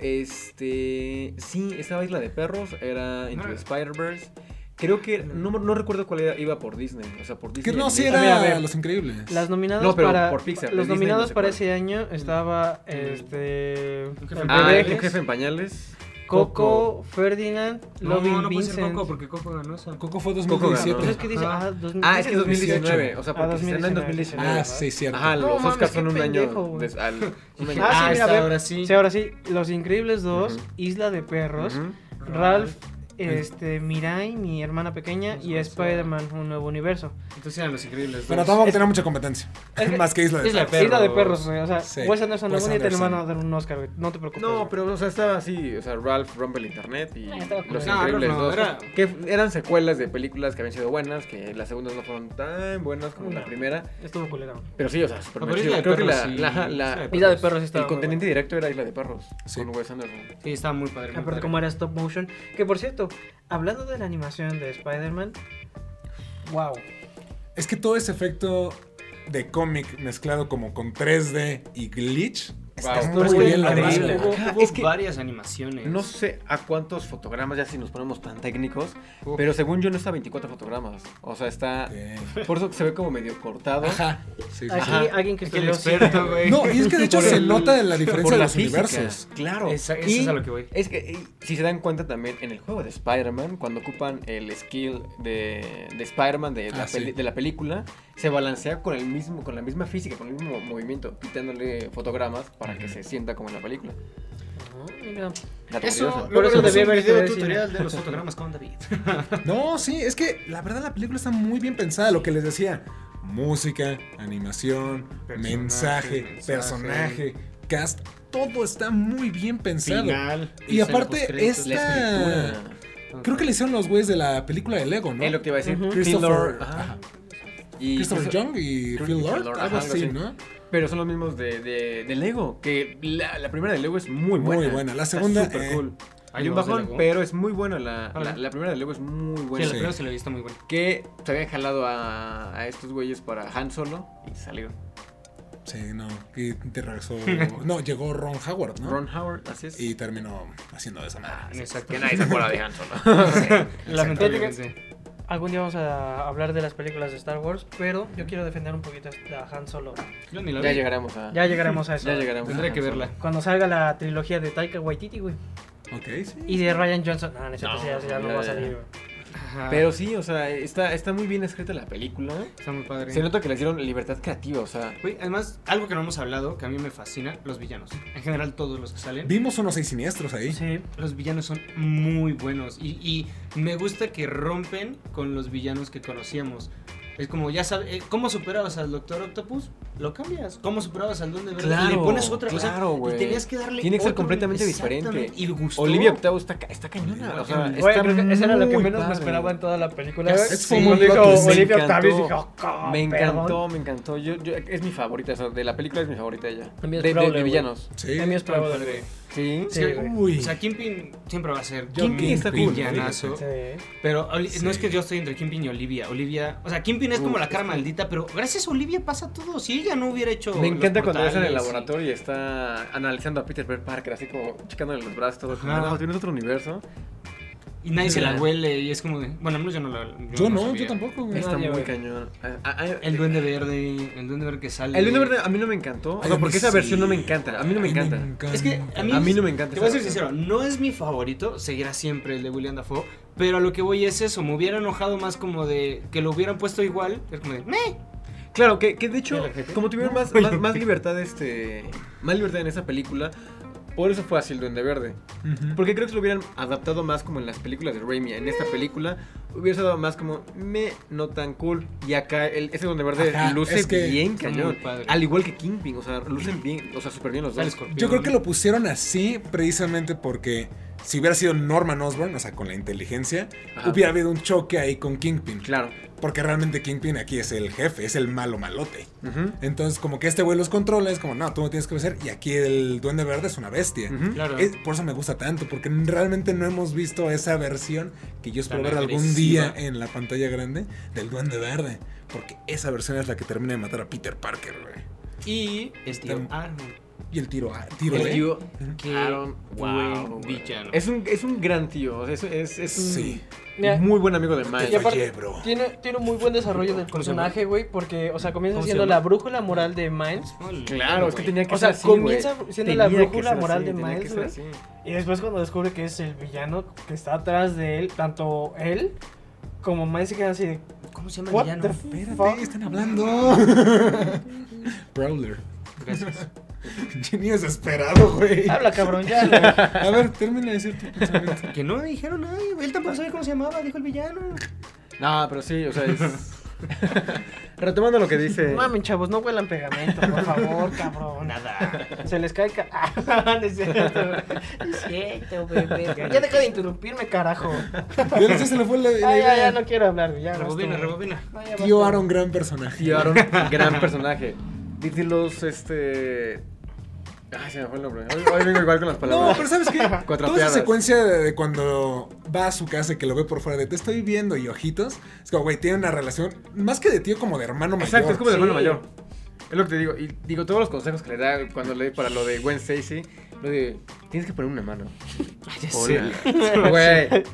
sí, estaba Isla de Perros, era Into the Spider-Verse. Creo que, no recuerdo cuál iba por Disney, o sea, por Que Disney. no, sí Animation. Mira, a era ver, Los Increíbles. Las nominadas No, pero para por Pixar, de los Disney nominados no sé para cuál. ese año estaba jefe en Ah, Bebé, Un jefe en pañales. Coco, Ferdinand, No, Loving no puede Vincent. ser Coco, porque Coco ganó esa. Coco fue Coco 2017. Pues es que dice, Ajá. Es que 2019, o sea, porque se estrenó en 2019. 2019. Ah, sí, cierto. Ajá, No los mames, Oscars qué son un pendejo, año. güey. Un año. Ah, sí, Ah, mira, esta ve. ahora sí. Sí, ahora sí, Los Increíbles 2, Ujú. Isla de Perros, Ujú. Ralph Mirai, mi hermana pequeña, y Spider-Man, un nuevo universo. Entonces eran Los Increíbles. Pero dos. tampoco tenía mucha competencia. Más que Isla de Isla de Perros. Isla de Perros. perros, güey. O sea, Sí. Wes Anderson, Wes algún día te le Anderson. van a dar un Oscar, güey. No te preocupes. No, güey. pero, o sea, estaba así, o sea, Ralph rompe el internet y estaba Los cool. Increíbles No, 2, era- que eran secuelas de películas que habían sido buenas, que las segundas no fueron tan buenas como la No. primera, Estuvo culero. pero sí, o sea, súper No, pero chido. Isla de Creo que Perros, la, sí. la- Isla la- de Isla de perros sí estaba el muy contendiente directo era Isla de Perros, Sí. con Wes Anderson. Sí, estaba muy padre. Muy Aparte, padre. como era stop motion. Que por cierto, hablando de la animación de Spider-Man, wow. Es que todo ese efecto de cómic mezclado como con 3D y glitch está Wow. muy Estuvo bien increíble. logrado. Ajá, Hubo es que- varias animaciones. No sé a cuántos fotogramas, ya si nos ponemos tan técnicos, Uf. pero según yo no está a 24 fotogramas. O sea, está... Ok. Por eso se ve como medio cortado. Ajá. Sí, sí, Aquí sí. Ajá. alguien que Aquí el estudió experto, cine, güey. No, y es que de hecho Por se el- nota la diferencia por de la los física, universos. claro. Eso Y es a lo que voy. Es que si se dan cuenta también en el juego de Spider-Man, cuando ocupan el skill de Spider-Man de Sí. de la película, se balancea con la misma física, con el mismo movimiento, quitándole fotogramas para que se sienta como en la película. Ah, mira. Dato Eso, curioso. Por eso debía haber un video estudiado tutorial cine. de los fotogramas con David. No, sí, es que la verdad la película está muy bien pensada, lo que les decía. Música, animación, Personaje, mensaje, personaje, cast, todo está muy bien pensado. Final. Y aparte, postcréditos. La esta... escritura. Creo que le hicieron los güeyes de la película de Lego, ¿no? Es lo que te iba a decir. Ujú. Phil Christopher, Lord, ajá. ajá. Y Christopher eso- Young y creo Phil que Lord, Phil Lord, algo ajá, así, algo ¿no? Pero son los mismos de Lego. Que la primera de Lego es muy buena. Muy buena. La Está segunda, súper cool. Hay Hay un dos de bajón, Lego. pero es muy buena. La primera de Lego es muy Sí, buena. la primera se la he visto muy buena. Que se habían jalado a estos güeyes para Han Solo y salieron. Sí, no. Y te regresó... No, llegó Ron Howard, ¿no? Ron Howard, así es. Y terminó haciendo esa madre. Exacto. Que nadie se acuerda de Han Solo. Lamentablemente. Algún día vamos a hablar de las películas de Star Wars, pero yo quiero defender un poquito a Han Solo. Yo ni la Ya vi. llegaremos a. Ya llegaremos a eso. Ya llegaremos. Tendré a que Han Solo. verla. Cuando salga la trilogía de Taika Waititi, güey. Ok, sí. Y de Ryan Johnson. No, no es cierto, No, sí, ya no ya, va a ya. salir, güey. Ajá. Pero sí, o sea, está muy bien escrita la película. Está muy padre. Se nota que les dieron libertad creativa, o sea. Güey, además, algo que no hemos hablado, que a mí me fascina, los villanos. En general, todos los que salen. Vimos unos 6 siniestros ahí. Sí. Los villanos son muy buenos. Y me gusta que rompen con los villanos que conocíamos. Es como, ya sabes, ¿cómo superabas al Doctor Octopus? Lo cambias. ¿Cómo superabas al Duende Verde? Claro, Le pones otra cosa. claro, güey. Y tenías que darle Tiene que ser otro- completamente exactamente. diferente. Y gustó. Olivia Octavo está cañona. O sea, Güey, Güey, está creo que eso era lo que muy menos me padre. esperaba en toda la película. Ya güey. sé, Sí, fue cuando muy dijo plot twist. Olivia Me Octavio, encantó. dije, "Oh, ¿cómo? Me Perdón". encantó, me encantó. Es mi favorita, o sea, de la película es mi favorita ella. A mí es De Prowler, de güey. villanos. Sí. A mí es Está muy Prowler, padre. Sí. Sí, güey. Uy. O sea, Kingpin siempre va a ser Kingpin está un cool, villanazo. Sí. Pero Sí. no es que yo estoy entre Kingpin y Olivia. O sea, Kingpin es como Uf, la cara es que- maldita, pero gracias a Olivia pasa todo. Si ella no hubiera hecho. Me encanta los cuando ves en el portales y- laboratorio y está analizando a Peter Parker, así como checándole los brazos, todo. Como, Ajá. no, tienes otro universo. Y nadie se la Ya. huele y es como de. Bueno, al menos yo no la. Yo no, sabía. yo tampoco, güey. Está Nadie, muy güey. cañón. El Duende Verde que sale. El Duende Verde a mí no me encantó. O Ay, sea, a porque mí esa sí. versión no me encanta. A mí no me encanta. Es que a mí, A mí no me encanta Te voy a esa ser sincero, no es mi favorito, seguirá siempre el de William Dafoe, pero a lo que voy es eso, me hubiera enojado más como de que lo hubieran puesto igual, es como de, ¡meh! Claro, que de hecho, ¿El ojete? como tuvieron más libertad, más libertad en esa película, por eso fue así el Duende Verde. Ujú. Porque creo que se lo hubieran adaptado más como en las películas de Raimi. En esta película hubiera sido más como, no tan cool. Y acá ese Duende Verde Ajá, luce es que bien está cañón. muy padre. Al igual que Kingpin, o sea, lucen bien, o sea, súper bien los Sale dos. Escorpión. Yo creo que lo pusieron así precisamente porque si hubiera sido Norman Osborn, o sea, con la inteligencia, Ajá. hubiera habido un choque ahí con Kingpin. Claro. Porque realmente Kingpin aquí es el jefe, es el malo malote. Ujú. Entonces, como que este güey los controla, es como, no, tú no tienes que hacer. Y aquí el Duende Verde es una bestia. Ujú. Claro. Por eso me gusta tanto, porque realmente no hemos visto esa versión que yo espero Tan ver algún agresiva. día en la pantalla grande del Duende Verde. Porque esa versión es la que termina de matar a Peter Parker, güey. Y el tío Está- Arnold. Y el tiro, El ¿eh? tío Qué Aaron, buen wow, villano. Es un gran tío. O sea, es un Sí. Mira, muy buen amigo de Te Miles. Y aparte, fallé, bro. tiene un muy buen desarrollo del ¿Cómo se llama? personaje, güey, porque, o sea, comienza ¿Cómo se siendo llama? la brújula moral de Miles. Claro, es que tenía que O sea, ser así, güey. comienza siendo Tenía la que brújula ser moral así, de tenía que Miles, ser güey. así. Y después cuando descubre que es el villano que está atrás de él, tanto él como Miles se quedan así de, ¿Cómo se llama el what villano? the Espérate, fuck? están hablando. Prowler. Gracias. Ginny desesperado, güey. Habla, cabrón, ya. A ver, termina de decir tu pensamiento. Que no dijeron nada, él tampoco sabe cómo se llamaba, dijo el villano. No, pero sí, o sea, es... Retomando lo que dice... Mamen, chavos, no huelan pegamento, por favor, cabrón. Nada. Se les cae... No es cierto, es cierto, bebé. Ya deja de interrumpirme, carajo. Ya no sé, se le fue la idea. Ya no quiero hablar, ya. Rebobina, basta. rebobina. No, ya Tío basta. Aaron, gran personaje. Tío Aaron, gran personaje. Dice los, Ay, se me fue el nombre. Hoy vengo igual con las No, palabras. pero ¿sabes qué? Toda esa Cuatrapeadas. secuencia de cuando va a su casa y que lo ve por fuera de te estoy viendo y ojitos. Es como, güey, tiene una relación más que de tío, como de hermano mayor. Exacto, es como de hermano Sí. mayor. Es lo que te digo. Y digo, todos los consejos que le da cuando le para lo de Gwen Stacy, lo de, tienes que poner una mano. Hola. Güey.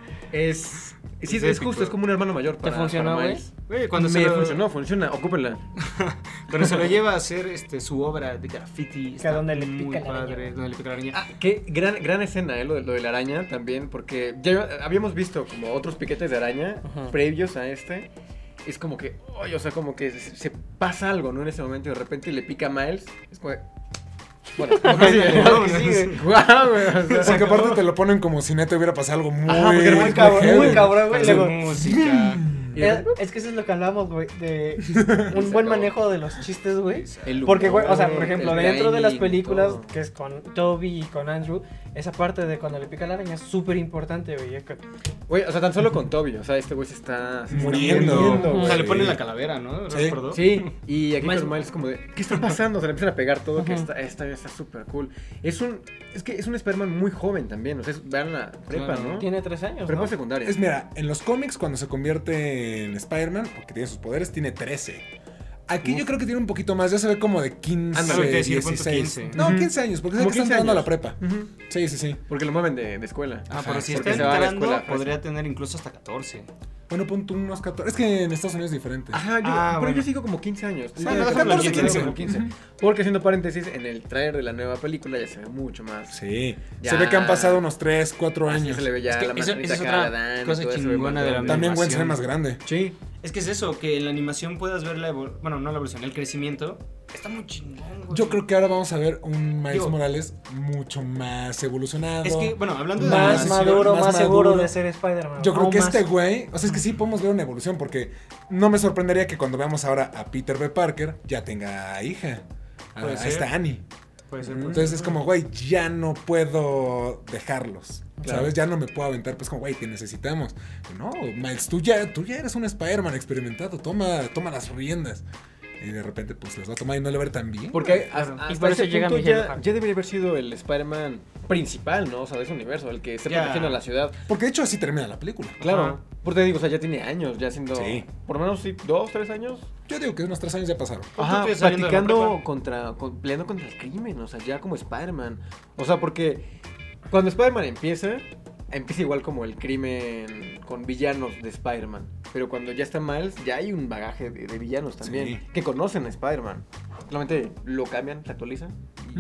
Sí, es épico. justo, es como un hermano mayor. Para, funcionó, para güey? Miles. Güey, cuando Me se lo, funciona, ocúpenla. cuando se lo lleva a hacer su obra de graffiti, está donde le muy pica la araña. padre, donde le pica la araña. Ah, qué gran escena, lo de la araña también, porque ya habíamos visto como otros piquetes de araña Ajá. previos a este. Es como que, oye, o sea, como que se pasa algo, ¿no? En ese momento y de repente le pica a Miles. Es como de... Bueno, Vámonos. Guau, güey. O sea, Porque aparte te lo ponen como si neta hubiera pasado algo muy, Ajá, porque era muy cabrón, heavy. muy cabrón, güey. Parece Luego, música. es que eso es lo que hablábamos, güey, de un buen manejo de los chistes, güey. el Porque, güey, o sea, humor, por ejemplo, el dentro de las timing, películas, todo. que es con Toby y con Andrew, esa parte de cuando le pica la araña es súper importante, güey. Güey, o sea, tan solo con Toby, o sea, este güey se está Muriendo. güey. O sea, le ponen Sí. la calavera, ¿no? Sí. ¿Recordó? Sí, y aquí Miles- con Miles como de, ¿qué está pasando? Se le empiezan a pegar todo, que Ujú. está súper cool. Es que es un Spider-Man muy joven también, o sea, vean la prepa, Claro. ¿no? Tiene 3 años, Prepa ¿no? secundaria. Es mira, en los cómics cuando se convierte en Spider-Man, porque tiene sus poderes, tiene 13. Aquí yo creo que tiene un poquito más, ya se ve como de 15, Ándale, te decía, ¿cuántos 16. 15? No, Ujú. 15 años, porque sé Como que está 15 entrando a la años. prepa. Ujú. Sí, sí, sí. Porque lo mueven de escuela. Ah, Ajá, pero si porque está se va a la entrando, escuela fresa. podría tener incluso hasta 14. Bueno, pon tú unos 14. Es que en Estados Unidos es diferente. Ajá, Ah, pero bueno. yo sigo como 15 años. Bueno, Sí, déjalo 14, en 15. 15. Como 15. Porque haciendo paréntesis, en el trailer de la nueva película ya se ve mucho más. Sí. Ya. Se ve que han pasado unos 3, 4 Así años. se le ve ya Es que la eso manzanita es acá, otra Dan, y cosa todo eso se ve chingona más de la grande. También Gwen se ve animación. más grande. Sí. Es que es eso, que en la animación puedas ver bueno, no la evolución, el crecimiento. Está muy chingón, güey. Yo creo que ahora vamos a ver un Miles Digo- Morales mucho más evolucionado. Es que, bueno, hablando de Más Más maduro, más más seguro maduro. de ser Spider-Man. Yo creo Aún que más. este güey, o sea, es que sí podemos ver una evolución porque no me sorprendería que cuando veamos ahora a Peter B. Parker ya tenga hija. Puede A ser. esta Annie. Puede ser, Entonces es como, güey, ya no puedo dejarlos. Claro. ¿Sabes? Ya no me puedo aventar, pues como, güey, te necesitamos. No, Miles, tú ya eres un Spider-Man experimentado, toma las riendas. Y de repente, pues las va a tomar y no le va a ver tan bien. Porque Claro. hasta Y por eso ese llega punto Miguel ya, Ojara. ya debería haber sido el Spider-Man principal, ¿no? O sea, de ese universo, el que esté Ya. protegiendo a la ciudad. Porque de hecho así termina la película. Claro. Ajá. Porque te digo, o sea, ya tiene años, ya siendo. Sí. Por lo menos sí, 2, 3 años. Yo digo que unos 3 años ya pasaron. Ajá, que saliendo de la platicando prepa. peleando contra el crimen, o sea, ya como Spider-Man. O sea, porque cuando Spider-Man empieza igual como el crimen con villanos de Spider-Man. Pero cuando ya está Miles, ya hay un bagaje de villanos también Sí. que conocen a Spider-Man. Solamente lo cambian, se actualizan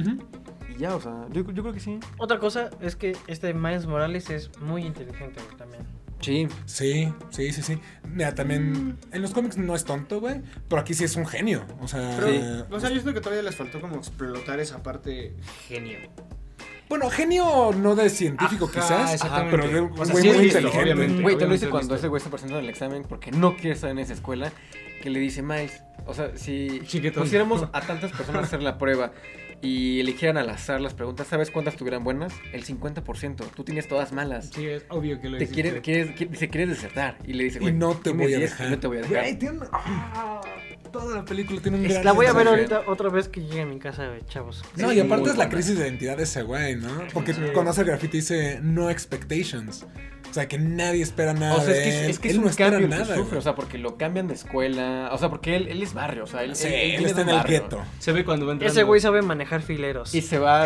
y ya, o sea, yo creo que sí. Otra cosa es que este Miles Morales es muy inteligente, güey, también. Sí. Sí. Mira, también en los cómics no es tonto, güey. Pero aquí sí es un genio. O sea, Pero, Sí. o sea, yo siento que todavía les faltó como explotar esa parte genio. bueno, genio no de científico Ajá, quizás, exactamente. pero de un O sea, güey sí es muy listo, inteligente. obviamente. Güey, te lo dice es cuando listo. ese güey está presentando el examen porque no quiere estar en esa escuela. Que le dice, Miles, o sea, si Chiquitón. pusiéramos a tantas personas a hacer la prueba y eligieran al azar las preguntas, ¿sabes cuántas tuvieran buenas? El 50%. Tú tienes todas malas. Sí, es obvio que lo Te hiciste. quieres desertar. Y le dice, Y güey, no te tienes voy a 10 dejar. y no te voy a dejar. Güey, tiene toda la película tiene un gran La voy a ver mensaje. ahorita otra vez que llegue a mi casa, güey, chavos. No, Sí, y aparte muy es la buena. crisis de identidad de ese güey, ¿no? Porque Sí. cuando hace el graffiti dice no expectations. O sea, que nadie espera nada O sea, de él. es que Él es un no espera cambio el que nada. sufre, güey. o sea, porque lo cambian de escuela, o sea, porque él es barrio, o sea, él Sí, él él viene está de en un el barrio. gueto. Se ve cuando va entrando. Ese güey sabe manejar fileros. Y se va,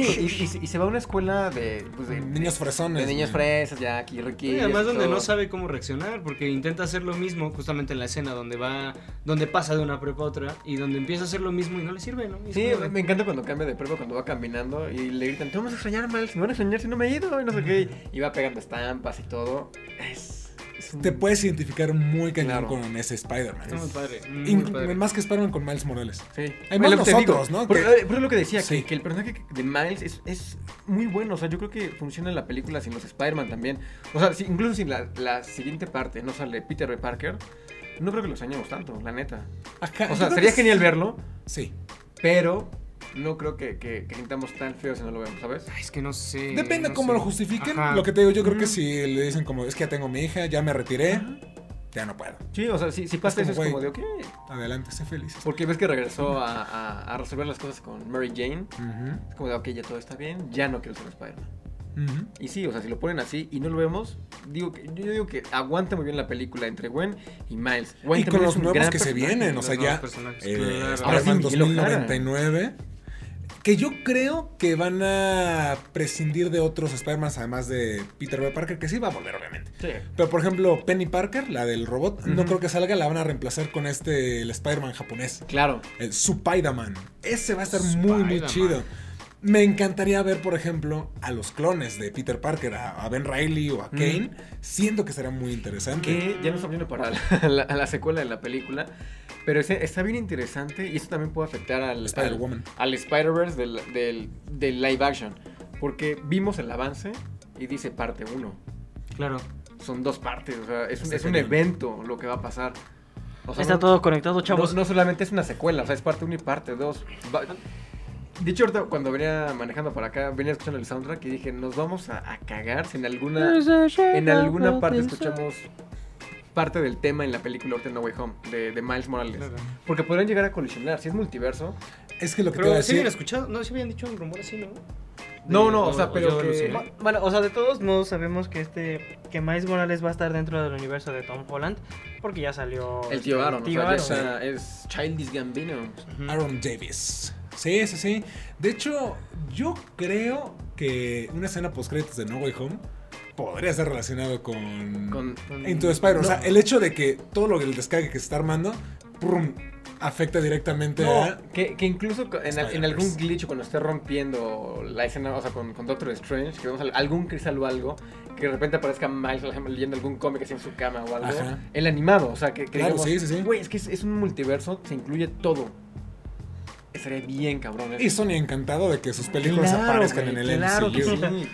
y se va a una escuela de, pues, de Niños fresones. de niños güey. fresas, ya aquí riquillos. Y además donde todo. no sabe cómo reaccionar, porque intenta hacer lo mismo justamente en la escena donde pasa de una prepa a otra y donde empieza a hacer lo mismo y no le sirve, ¿no? Y es Sí, como de- me encanta cuando cambia de prepa, cuando va caminando y le gritan, te vamos a extrañar, Miles, me van a extrañar si no me he ido, y no sé qué. Y va pegando estampas y todo. te puedes identificar muy cañón Claro. con ese Spider-Man. Está muy padre. Y Muy padre. más que Spider-Man con Miles Morales. Sí. Hay más Lo que te nosotros, digo, ¿no? Por Que- eso lo que decía, Sí. que el personaje de Miles es muy bueno. O sea, yo creo que funciona en la película sin los Spider-Man también. O sea, incluso sin la siguiente parte no sale Peter B. Parker, no creo que lo extrañemos tanto, la neta. Ajá, O yo sea, creo sería que genial sí. verlo, Sí. pero no creo que sintamos tan feo si no lo vemos, ¿sabes? Ay, es que no sé. Depende no cómo sé. lo justifiquen. Ajá. Lo que te digo, yo creo que si le dicen como, es que ya tengo mi hija, ya me retiré, ya no puedo. Sí, o sea, si pasa Es eso como, es como de, güey. ok. Adelante, sé feliz. Porque ves que regresó a resolver las cosas con Mary Jane. Ujú, Es como de, ok, ya todo está bien, ya no quiero ser Spider-Man. ujú. Y sí, o sea, si lo ponen así y no lo vemos, yo digo que aguanta muy bien la película entre Gwen y Miles. Gwen Y con también los es un nuevos gran que se personaje. vienen, o los sea, nuevos ya personajes, eh, claro. Ahora sí, Spider-Man Miguel O'Hara. 2099, que yo creo que van a prescindir de otros Spider-Man además de Peter B. Parker, que sí va a volver, obviamente. Sí. Pero, por ejemplo, Penny Parker, la del robot, no Ujú. creo que salga, la van a reemplazar con el Spider-Man japonés. Claro. El Spider-Man. Ese va a estar muy, muy Spider-Man. chido. Me encantaría ver, por ejemplo, a los clones de Peter Parker, a Ben Reilly o a Kane. Siento que será muy interesante. Que ya no estamos viendo para la secuela de la película. Pero está bien interesante y eso también puede afectar al Spider-Woman. al Spider-Verse del live action. Porque vimos el avance y dice parte 1. Claro. Son 2 partes, o sea, es Está un cañón. evento lo que va a pasar. O sea, Está no- todo conectado, chavos. No solamente es una secuela, o sea, es parte 1 y parte 2. De hecho, ahorita cuando venía manejando para acá, venía escuchando el soundtrack y dije, nos vamos a cagar si en alguna parte escuchamos parte del tema en la película ahorita en No Way Home, de Miles Morales. Claro. Porque podrían llegar a colisionar, si es multiverso. Es que lo que te iba a Pero sí decir. habían escuchado, no, sí habían dicho un rumor así, ¿no? No, o sea, pero yo que- aluciné. Bueno, o sea, de todos modos sabemos que que Miles Morales va a estar dentro del universo de Tom Holland, porque ya salió El tío Aaron, Tío o sea, Aaron. es Childish Gambino. Ujú. Aaron Davis. Sí, sí, sí. De hecho, yo creo que una escena post-créditos de No Way Home podría ser relacionado con Into the Spider. O sea, el hecho de que todo lo el descargue que se está armando ¡prum! Afecta directamente a. Que incluso en Spider-Verse. algún glitch cuando esté rompiendo la escena, o sea, con Doctor Strange, que vemos algún cristal o algo, que de repente aparezca Miles por ejemplo, leyendo algún cómic así en su cama o algo. Ajá. El animado, o sea, que Claro, digamos, sí, sí, sí. güey, es que es un multiverso, se incluye todo. Estaría bien, cabrón. Y Sony encantado de que sus películas aparezcan en el claro que MCU. sí.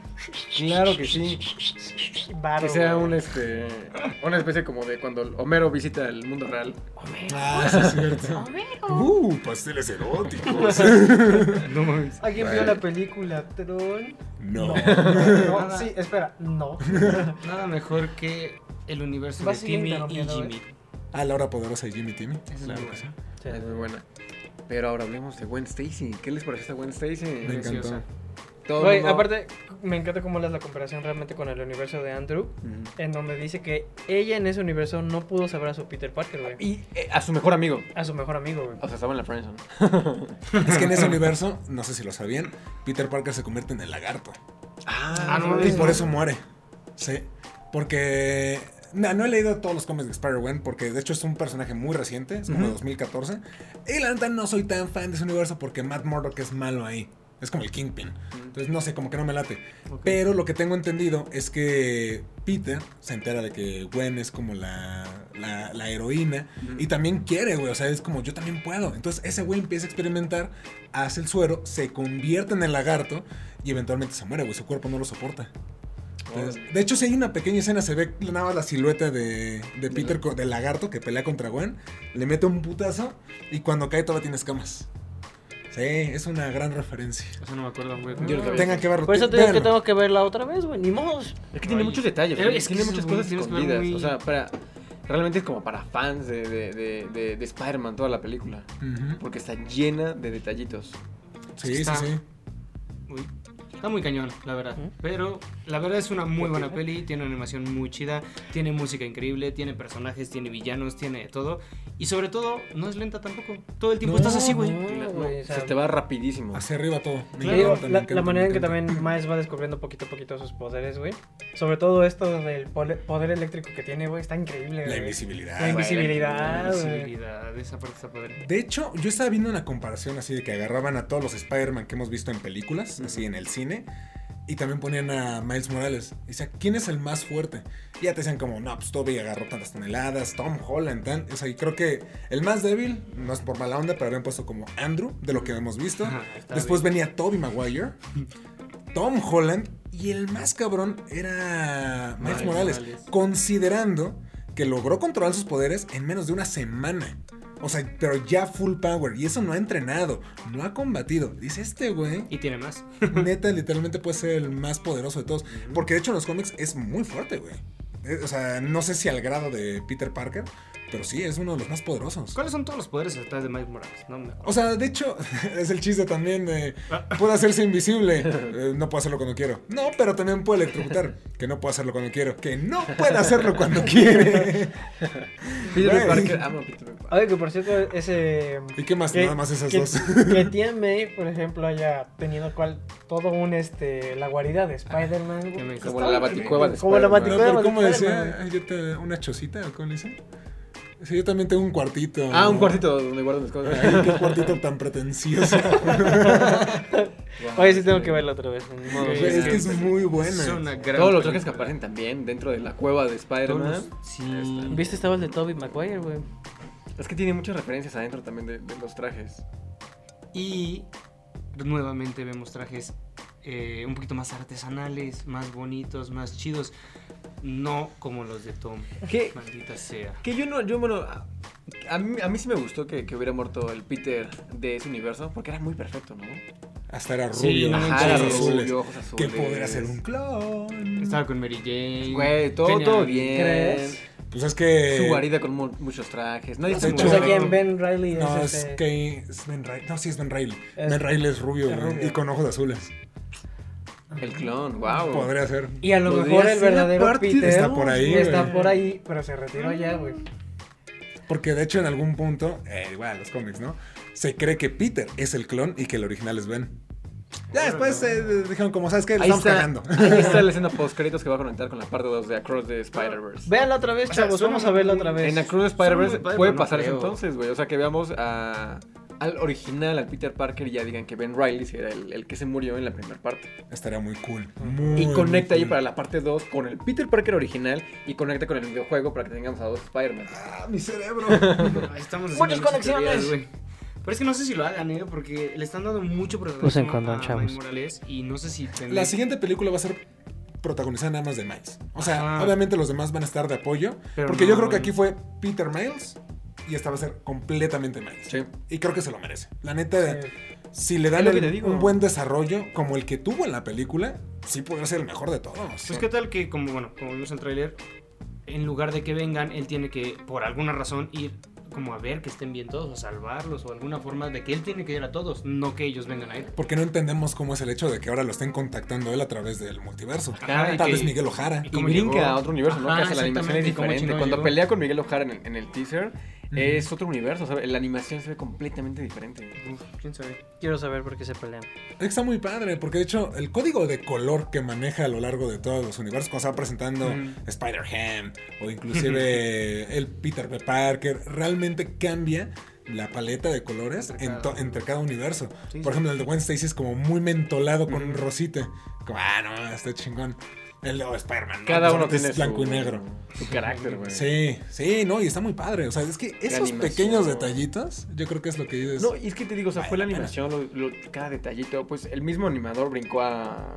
Claro que sí. Varo, Que sea güey. una especie como de cuando Homero visita el mundo real. Ah, sí, es cierto. Pasteles eróticos. No mames. ¿Alguien vio la película Tron? No. No, sí, espera, no. Nada mejor que el universo Va a de seguir Timmy y interrumpiendo, Jimmy. A la hora poderosa de Jimmy Timmy. Esa es Claro muy que sí. buena. Es muy buena. Pero ahora hablemos de Gwen Stacy. ¿Qué les pareció esta Gwen Stacy? Me encantó. Preciosa. Todo Güey, el mundo- aparte, me encanta cómo lees la comparación realmente con el universo de Andrew, Ujú. en donde dice que ella en ese universo no pudo saber a su Peter Parker, güey. Y a su mejor amigo. A su mejor amigo, güey. O sea, estaba en la friendzone. Es que en ese universo, no sé si lo sabían, Peter Parker se convierte en el lagarto. no, Y no. por eso muere. Sí. Porque. No he leído todos los cómics de Spider-Man porque de hecho es un personaje muy reciente, es como de 2014. Y la neta no soy tan fan de ese universo porque Matt Murdock es malo ahí. Es como el Kingpin. Entonces no sé, como que no me late. Ok. Pero lo que tengo entendido es que Peter se entera de que Gwen es como la heroína. Y también quiere, güey. O sea, es como yo también puedo. Entonces ese güey empieza a experimentar, hace el suero, se convierte en el lagarto y eventualmente se muere, güey. Su cuerpo no lo soporta. Entonces, de hecho, si hay una pequeña escena, se ve nada más la silueta de Peter, del lagarto que pelea contra Gwen, le mete un putazo y cuando cae todavía tiene escamas. Sí, es una gran referencia. Eso no me acuerdo, güey. Yo lo sabía. Tengan que verlo. Por eso te digo que véanlo. tengo que verla otra vez, güey. Ni modos. Es que tiene Ay, muchos detalles. es Tiene que muchas es cosas tienes que ver escondidas. muy- O sea, realmente es como para fans de Spider-Man toda la película. Ujú. Porque está llena de detallitos. Sí, sí, Está- sí. Uy, está muy cañón, la verdad. ¿Mm? Pero la verdad es una muy buena peli. Tiene una animación muy chida. Tiene música increíble. Tiene personajes. Tiene villanos. Tiene todo. Y sobre todo, no es lenta tampoco. Todo el tiempo No, estás así, güey. no, güey. O sea, Se te va rapidísimo. Hacia arriba todo. Me te digo, encanta, me la encanta, manera en me que encanta. también Miles va descubriendo poquito a poquito sus poderes, güey. Sobre todo esto del poder eléctrico que tiene, güey, está increíble, La güey. invisibilidad. La invisibilidad, La güey. visibilidad, esa parte está padre. De hecho, yo estaba viendo una comparación así de que agarraban a todos los Spider-Man que hemos visto en películas, así en el cine, Y también ponían a Miles Morales. Y decía, ¿quién es el más fuerte? Y ya te decían como, no, pues Toby agarró tantas toneladas, Tom Holland, o sea, y creo que el más débil, no es por mala onda, pero habían puesto como Andrew, de lo que hemos visto. Ajá, está Después bien. venía Tobey Maguire, Tom Holland, y el más cabrón era Miles Miles Morales, Morales. considerando que logró controlar sus poderes en menos de una semana. O sea, pero ya full power. Y eso no ha entrenado, no ha combatido. Dice este güey, Y tiene más. neta, literalmente puede ser el más poderoso de todos. Porque de hecho en los cómics es muy fuerte, güey. O sea, no sé si al grado de Peter Parker, pero sí, es uno de los más poderosos. ¿Cuáles son todos los poderes atrás de Miles Morales? No me acuerdo. O sea, de hecho, es el chiste también de... Puede hacerse invisible. No puedo hacerlo cuando quiero. No, pero también puede electrocutar. Que no puedo hacerlo cuando quiero. Que no puede hacerlo cuando quiere. Peter Güey. Parker, amo a Peter Parker. Oye, que por cierto, ese... ¿Y qué más? que- Nada más esas que, dos. que tía May, por ejemplo, haya tenido todo un, la guarida de Spider-Man. Que güey. me- Como la baticueva de Como la Spider-Man. No, baticueva pero de ¿cómo Spider-Man, decía? Ay, yo te... ¿Una chocita? ¿Cómo le dicen? Sí, yo también tengo un cuartito. Ah, un cuartito donde guardan mis cosas. Ay, qué cuartito tan pretencioso. Oye, sí tengo que verlo otra vez. en modo- Güey, Güey, es que es muy buena. Es una gran Todos los trajes que película. aparecen también dentro de la cueva de Spider-Man. Todos los- Sí. ¿Viste? Estaba el de Tobey Maguire, güey. Es que tiene muchas referencias adentro también de los trajes. Y nuevamente vemos trajes un poquito más artesanales, más bonitos, más chidos. No como los de Tom. ¿Qué? Maldita sea. Que bueno, a mí sí me gustó que hubiera muerto el Peter de ese universo, porque era muy perfecto, ¿no? Hasta era Sí, rubio. ajá, ojos era azules. rubio, ojos Que azules. podría ser un clon. Estaba con Mary Jane. Güey, todo bien. ¿Crees? Pues es que... Su guarida con muchos trajes. Nadie De se hecho, O sea, mueve. ¿quién? Ben Riley No, es es que es Ben Riley. No, sí es Ben Riley. Es- Ben Riley es rubio, es güey, rubio. y con ojos azules. El clon, wow. Podría ser. Y a lo Podría mejor el ser verdadero aparte de- Peter Está por ahí, está güey. por ahí, pero se retiró ya, güey. Porque de hecho en algún punto, igual los cómics, ¿no? Se cree que Peter es el clon y que el original es Ben. Ya después dijeron como, ¿sabes qué? Le Ahí estamos está, cagando. ahí está la escena post créditos que va a conectar con la parte 2 de Across the Spider-Verse. Véanla otra vez, O sea, chavos, suena vamos a verla muy- otra vez. En Across the Spider-Verse Son muy padres, puede pero no pasar eso creo. entonces, güey. O sea, que veamos al original, al Peter Parker, y ya digan que Ben Riley sí era el que se murió en la primera parte. Estaría muy cool. Muy, Y conecta muy ahí cool. para la parte 2 con el Peter Parker original y conecta con el videojuego para que tengamos a dos Spider-Man. Ah, mi cerebro. Ahí estamos haciendo Muchas muchas conexiones. teorías, güey. Pero es que no sé si lo hagan, porque le están dando mucho Usen protagonismo condón, a chavos. Miles Morales y no sé si La siguiente película va a ser protagonizada nada más de Miles. O sea, Ajá. obviamente los demás van a estar de apoyo. Pero Porque no, yo creo que güey. aquí fue Peter Miles y esta va a ser completamente Miles. Sí. Y creo que se lo merece. La neta, Sí. si le dan Es lo que te digo. un buen desarrollo como el que tuvo en la película, sí podría ser el mejor de todos. Pues qué tal que, como vimos en el tráiler, en lugar de que vengan, él tiene que, por alguna razón, ir como a ver que estén bien todos, a salvarlos, o alguna forma de que él tiene que ir a todos, no que ellos vengan a él. Porque no entendemos cómo es el hecho de que ahora lo estén contactando él a través del multiverso. Ajá, y Tal que- vez Miguel Ojara. Y ¿Cómo brinca llegó? a otro universo, ¿no? Ajá, Que hace la animación es exactamente, cómo diferente. chingado Cuando llegó. pelea con Miguel Ojara en el teaser, es otro universo, ¿sabes? La animación se ve completamente diferente. Uf, quién sabe. Quiero saber por qué se pelean. Está muy padre, porque de hecho el código de color que maneja a lo largo de todos los universos, cuando se va presentando Spider-Ham o inclusive el Peter B. Parker, realmente cambia la paleta de colores entre cada universo. Sí, Por sí. ejemplo, el de Gwen Stacy es como muy mentolado con un rosita. Como, no, está chingón. El de Spider-Man, ¿no? Cada uno Pues tiene es blanco y negro. su carácter, güey. Sí, no, y está muy padre. O sea, es que esos animación. pequeños detallitos, yo creo que es lo que dices. No, y es que te digo, o sea, fue la Vale la animación, cada detallito. Pues el mismo animador brincó a.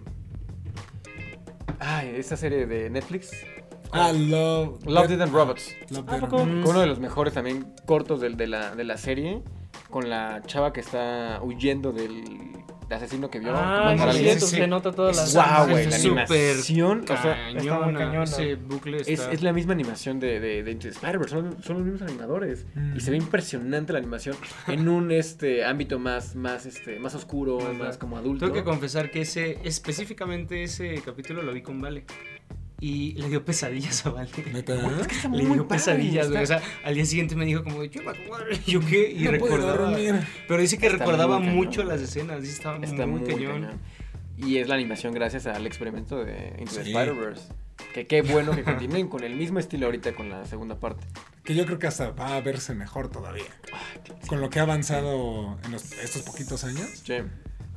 Ay, esta serie de Netflix. Love, Love, Death and Robots. Love, ¿A Death poco? and Fue uno de los mejores también cortos de la serie. Con la chava que está huyendo del asesino que vio. Ah, matar a sí, alguien. cierto, se nota toda la... Guau, güey, la Es súper animación. O sea, está muy cañona. ese bucle está... es la misma animación de Into the Spider-Verse, son los mismos animadores. Y se ve impresionante la animación en un ámbito más oscuro, más como adulto. Tengo que confesar que específicamente ese capítulo lo vi con Vale. Y le dio pesadillas a Vale. ¿Neta? Está Le muy dio padre, pesadillas, güey. O está- sea, al día siguiente me dijo como, yo ¿yo qué? Y No puedo recordaba. dormir. Pero dice que Está recordaba muy cañón, mucho güey. las escenas. Dice, estaba Está muy muy cañón. cañón. Y es la animación gracias al experimento de Into the Sí. Spider-Verse. Que qué bueno que continúen con el mismo estilo ahorita con la segunda parte. Que yo creo que hasta va a verse mejor todavía. Con lo que ha avanzado en estos poquitos años. Sí.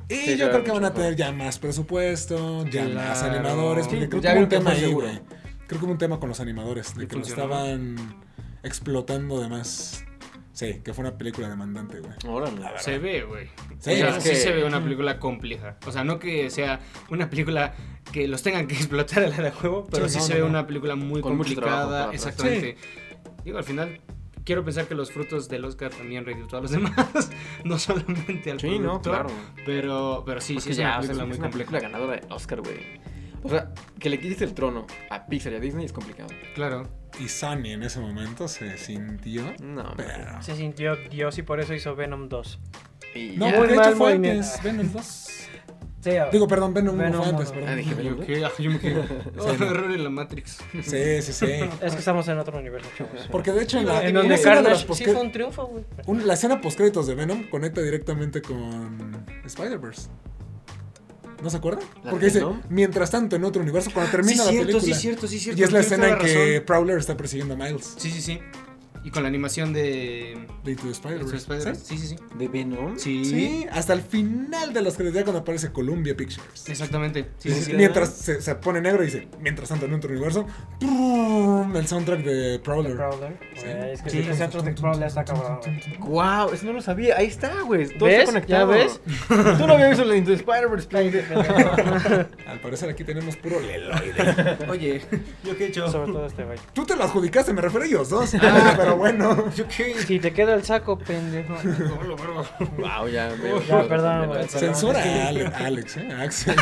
Y Sí, yo se creo ve que van a mucho tener ya más presupuesto, ya más Claro. animadores. Porque Sí, creo que ya hubo vi un que tema fue ahí, seguro. güey. Creo que hubo un tema con los animadores, de Y que lo funcionó. estaban explotando de más. Sí, que fue una película demandante, güey. Órale. Se ve, güey. Sí, O sea, es sí que- se ve una película compleja. O sea, no que sea una película que los tengan que explotar a la de juego, pero Sí, sí no, se no, ve no. una película muy Con mucho trabajo complicada. por atrás. Exactamente. Digo, al final, quiero pensar que los frutos del Oscar también reditúan a los demás, no solamente al Sí, no, productor. claro. Pero sí, Porque sí es ya, una o sea, película es muy una compleja. película ganadora de Oscar, güey. O sea, que le quites el trono a Pixar y a Disney es complicado. Claro. Y Sony en ese momento se sintió. No, Pero. Se sintió Dios y por eso hizo Venom 2. Y No, ya. porque de mal hecho fue movimiento. antes. Venom 2. Sí, Digo, perdón, Venom 1 Venom fue antes, uno. perdón. dije Venom. Yo me quedé. Oh, Sí, no. error en la Matrix. Sí, sí, sí. es que estamos en otro universo, chavos. Porque de hecho en la, En donde escena de las Carnage sí postcre- fue un triunfo, güey. la escena postcréditos de Venom conecta directamente con Spider-Verse. ¿No se acuerdan? ¿La Porque dice, Venom? mientras tanto en otro universo, cuando termina la película. sí, cierto. Y es la tienes escena en toda la que razón. Prowler está persiguiendo a Miles Sí. Y con la animación de de Into the Spider-Verse. Spider-Verse. ¿Sí? Sí. ¿De Venom? Sí, hasta el final de los créditos, ya cuando aparece Columbia Pictures. Exactamente. Sí. Mientras se pone negro y dice, mientras tanto en otro universo, ¡prum! El soundtrack de Prowler. Prowler. Sí. Güey, es que Sí. el centro de Prowler está cabrón, güey. Wow, eso no lo sabía. Ahí está, güey. Todo ¿Ves? está conectado. ¿Ya ves? Tú no habías visto la Into the Spider-Verse, pendejo. Al parecer aquí tenemos puro leloide. Oye, ¿yo qué he hecho? Sobre todo este güey. Tú te lo adjudicaste, me refiero a ellos dos. Pero bueno. ¿Yo qué? Si te queda el saco, pendejo. Wow, ya. Ya, perdón, güey. Censura a Alex, Axel.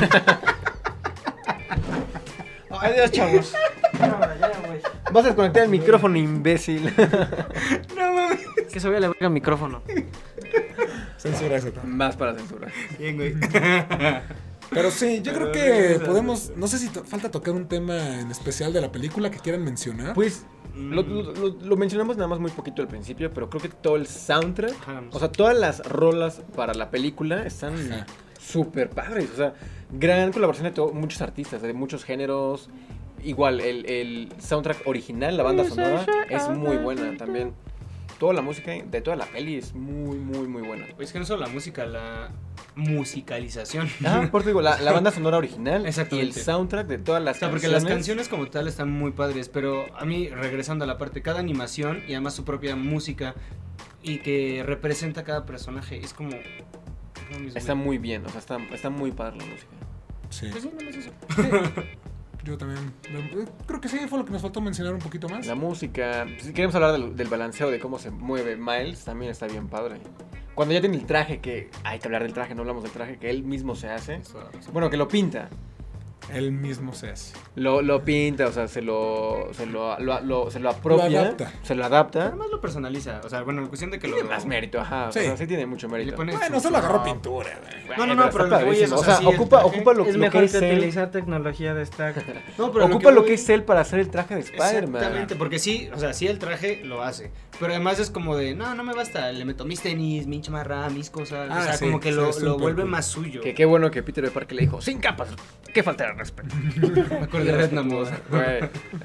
Adiós, chavos. Ya, güey. Vas a desconectar el micrófono, imbécil. No mames. Que se vaya a la verga el micrófono. Censura eso también. Más para censura. Bien, güey. Pero sí, yo creo que podemos. No sé si falta tocar un tema en especial de la película que quieran mencionar. Pues lo mencionamos nada más muy poquito al principio, pero creo que todo el soundtrack, Ajá. o sea, todas las rolas para la película están Ajá. súper padres. O sea, gran colaboración de muchos artistas, de muchos géneros. Igual, el soundtrack original, la banda sonora, es muy buena también. Toda la música de toda la peli es muy, muy, muy buena. Pues es que no solo la música, la musicalización. Ah, por eso digo, la banda sonora original y el Exactamente. soundtrack de todas las O sea, porque las canciones como tal están muy padres, pero a mí, regresando a la parte, cada animación y además su propia música y que representa a cada personaje, es como... lo mismo. está muy bien, o sea, está muy padre la música. Sí. Pues sí, nada más eso. Yo también. Creo que sí fue lo que nos faltó mencionar un poquito más. La música, si queremos hablar del balanceo de cómo se mueve Miles, también está bien padre. Cuando ya tiene el traje, que hay que hablar del traje, no hablamos del traje, que él mismo se hace. Bueno, que lo pinta. Él mismo se hace. Lo pinta, o sea, se lo apropia. Lo adapta. Se lo adapta. Además lo personaliza, o sea, bueno, en cuestión de que Tiene lo... más mérito, ajá. Sí. O sea, sí tiene mucho mérito. Le pone Bueno, su- solo agarró no. pintura, güey. No, no, no, pero está lo que voy es, padrísimo. o O sea, sea, sí, el ocupa traje- lo Es que mejor es que él. utilizar tecnología de esta. No, pero Ocupa lo voy- que es él para hacer el traje de Spider-Man. Exactamente, porque sí, o sea, sí el traje lo hace, pero además es como de, no me basta, le meto mis tenis, mi chamarra, mis cosas, Ah, o sea, sí, como que sí, lo es súper vuelve cool. más suyo. Que qué bueno que Peter Parker le dijo, sin capas, qué falta de respeto. Me acuerdo de Red Namor. Güey,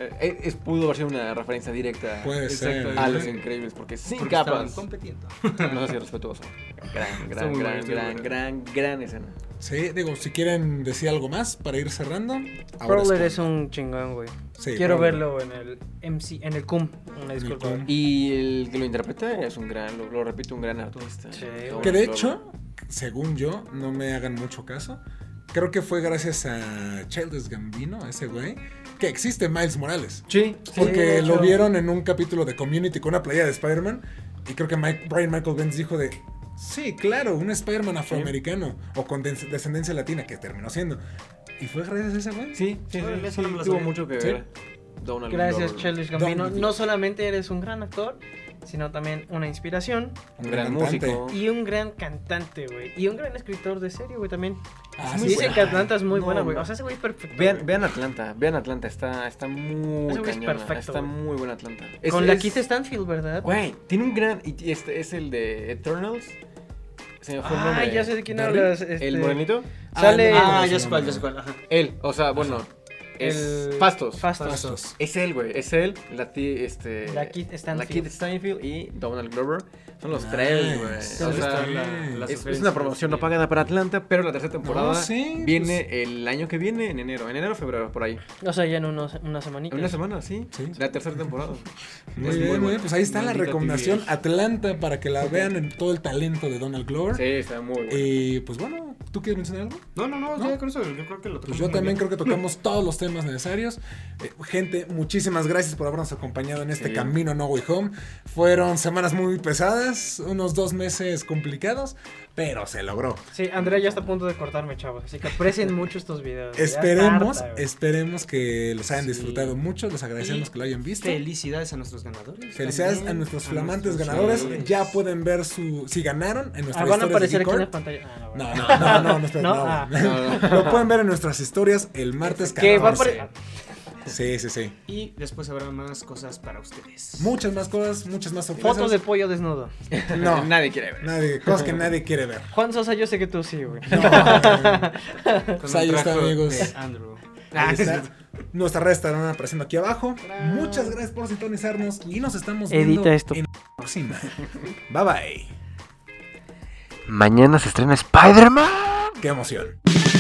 pudo haber sido una referencia directa Puede ser. Exacto. a Los Increíbles, porque sin Porque estaban capas compitiendo. no sé si respetuoso. Estuvo muy bueno. Gran escena. Sí, digo, si quieren decir algo más para ir cerrando. ahora Prowler es es un chingón, güey. Sí, Quiero Prowler. verlo en el MC, en el CUM. Una el disculpa. CUM. Y el que lo interpreta es un gran, lo repito, un gran artista. Sí, Todo Que de el hecho, según yo, no me hagan mucho caso. Creo que fue gracias a Childish Gambino, ese güey, que existe Miles Morales. Sí, Porque de lo hecho. vieron en un capítulo de Community con una playa de Spider-Man. Y creo que Brian Michael Bendis dijo de... Sí, claro, un Spider-Man afroamericano o con descendencia latina, que terminó siendo. Y fue gracias a ese güey. sí, Órale, eso no me lo tuvo sabía. mucho que Sí. ver. Donald Gracias, Glover. Childish Gambino. Donald. No solamente eres un gran actor, sino también una inspiración Un gran cantante. músico. y un gran cantante, güey. Y un gran escritor de serie, güey, también. Ah, Sí, sí, dice güey. que Atlanta es muy No, buena, güey. no. O sea, ese güey es perfecto. Vean Atlanta, está muy Ese güey es cañona, perfecto, está güey. muy buena Atlanta. Con la Keith Stanfield, ¿verdad? Güey, tiene un gran, y este es el de Eternals. Se me fue el Ah, nombre. ya sé de quién ¿Barry? hablas. ¿El morenito? Sale no, Ah, no, ya no, sé cuál, no. ya sé cuál, ajá. Él, o sea, bueno, es el Fastos. Fastos. Es él, güey, es él, la La Keith Stanfield. Keith Stanfield y Donald Glover. Son los 3, güey. Está O sea, bien. es una promoción no pagada para Atlanta, pero la tercera temporada No, sí, viene el año que viene, en enero o febrero, por ahí. O sea, ya en una semanita. En una semana, sí. Sí. La tercera temporada. Muy Es bien, muy buena. bien. Pues ahí está la Maldita recomendación TBS. Atlanta para que la vean en todo el talento de Donald Glover. Sí, está muy buena. Y pues bueno, ¿tú quieres mencionar algo? No, ya con eso yo creo que lo Pues yo también creo que tocamos todos los temas necesarios. Gente, muchísimas gracias por habernos acompañado en este Sí. camino a No Way Home. Fueron semanas muy pesadas, unos 2 meses complicados, pero se logró. Sí, Andrea ya está a punto de cortarme, chavos. Así que aprecien mucho estos videos. Ya Esperemos, está harta, güey. esperemos que los hayan Sí. disfrutado mucho. Les agradecemos Y que lo hayan visto. Felicidades a nuestros ganadores. Felicidades también, a nuestros a flamantes nuestros ganadores. ganadores. Ya pueden ver si ganaron en nuestras Van a historias aparecer de aquí en la Geekcore. pantalla. Ah, No, bueno. no, espera, ¿No? no. Ah. Lo pueden ver en nuestras historias el martes 14. Que va a aparecer. Sí. Y después habrá más cosas para ustedes. Muchas más cosas, muchas más sorpresas. Fotos de pollo desnudo. No, Nadie quiere ver. nadie, cosas que nadie quiere ver. Juan Sosa, yo sé que tú sí, güey. No, Con pues ahí un está, traje amigos. de Andrew. Ahí está. Nuestras redes estarán apareciendo aquí abajo. Muchas gracias por sintonizarnos y nos estamos viendo Edita esto. en la próxima. Bye bye. Mañana se estrena Spider-Man. Qué emoción.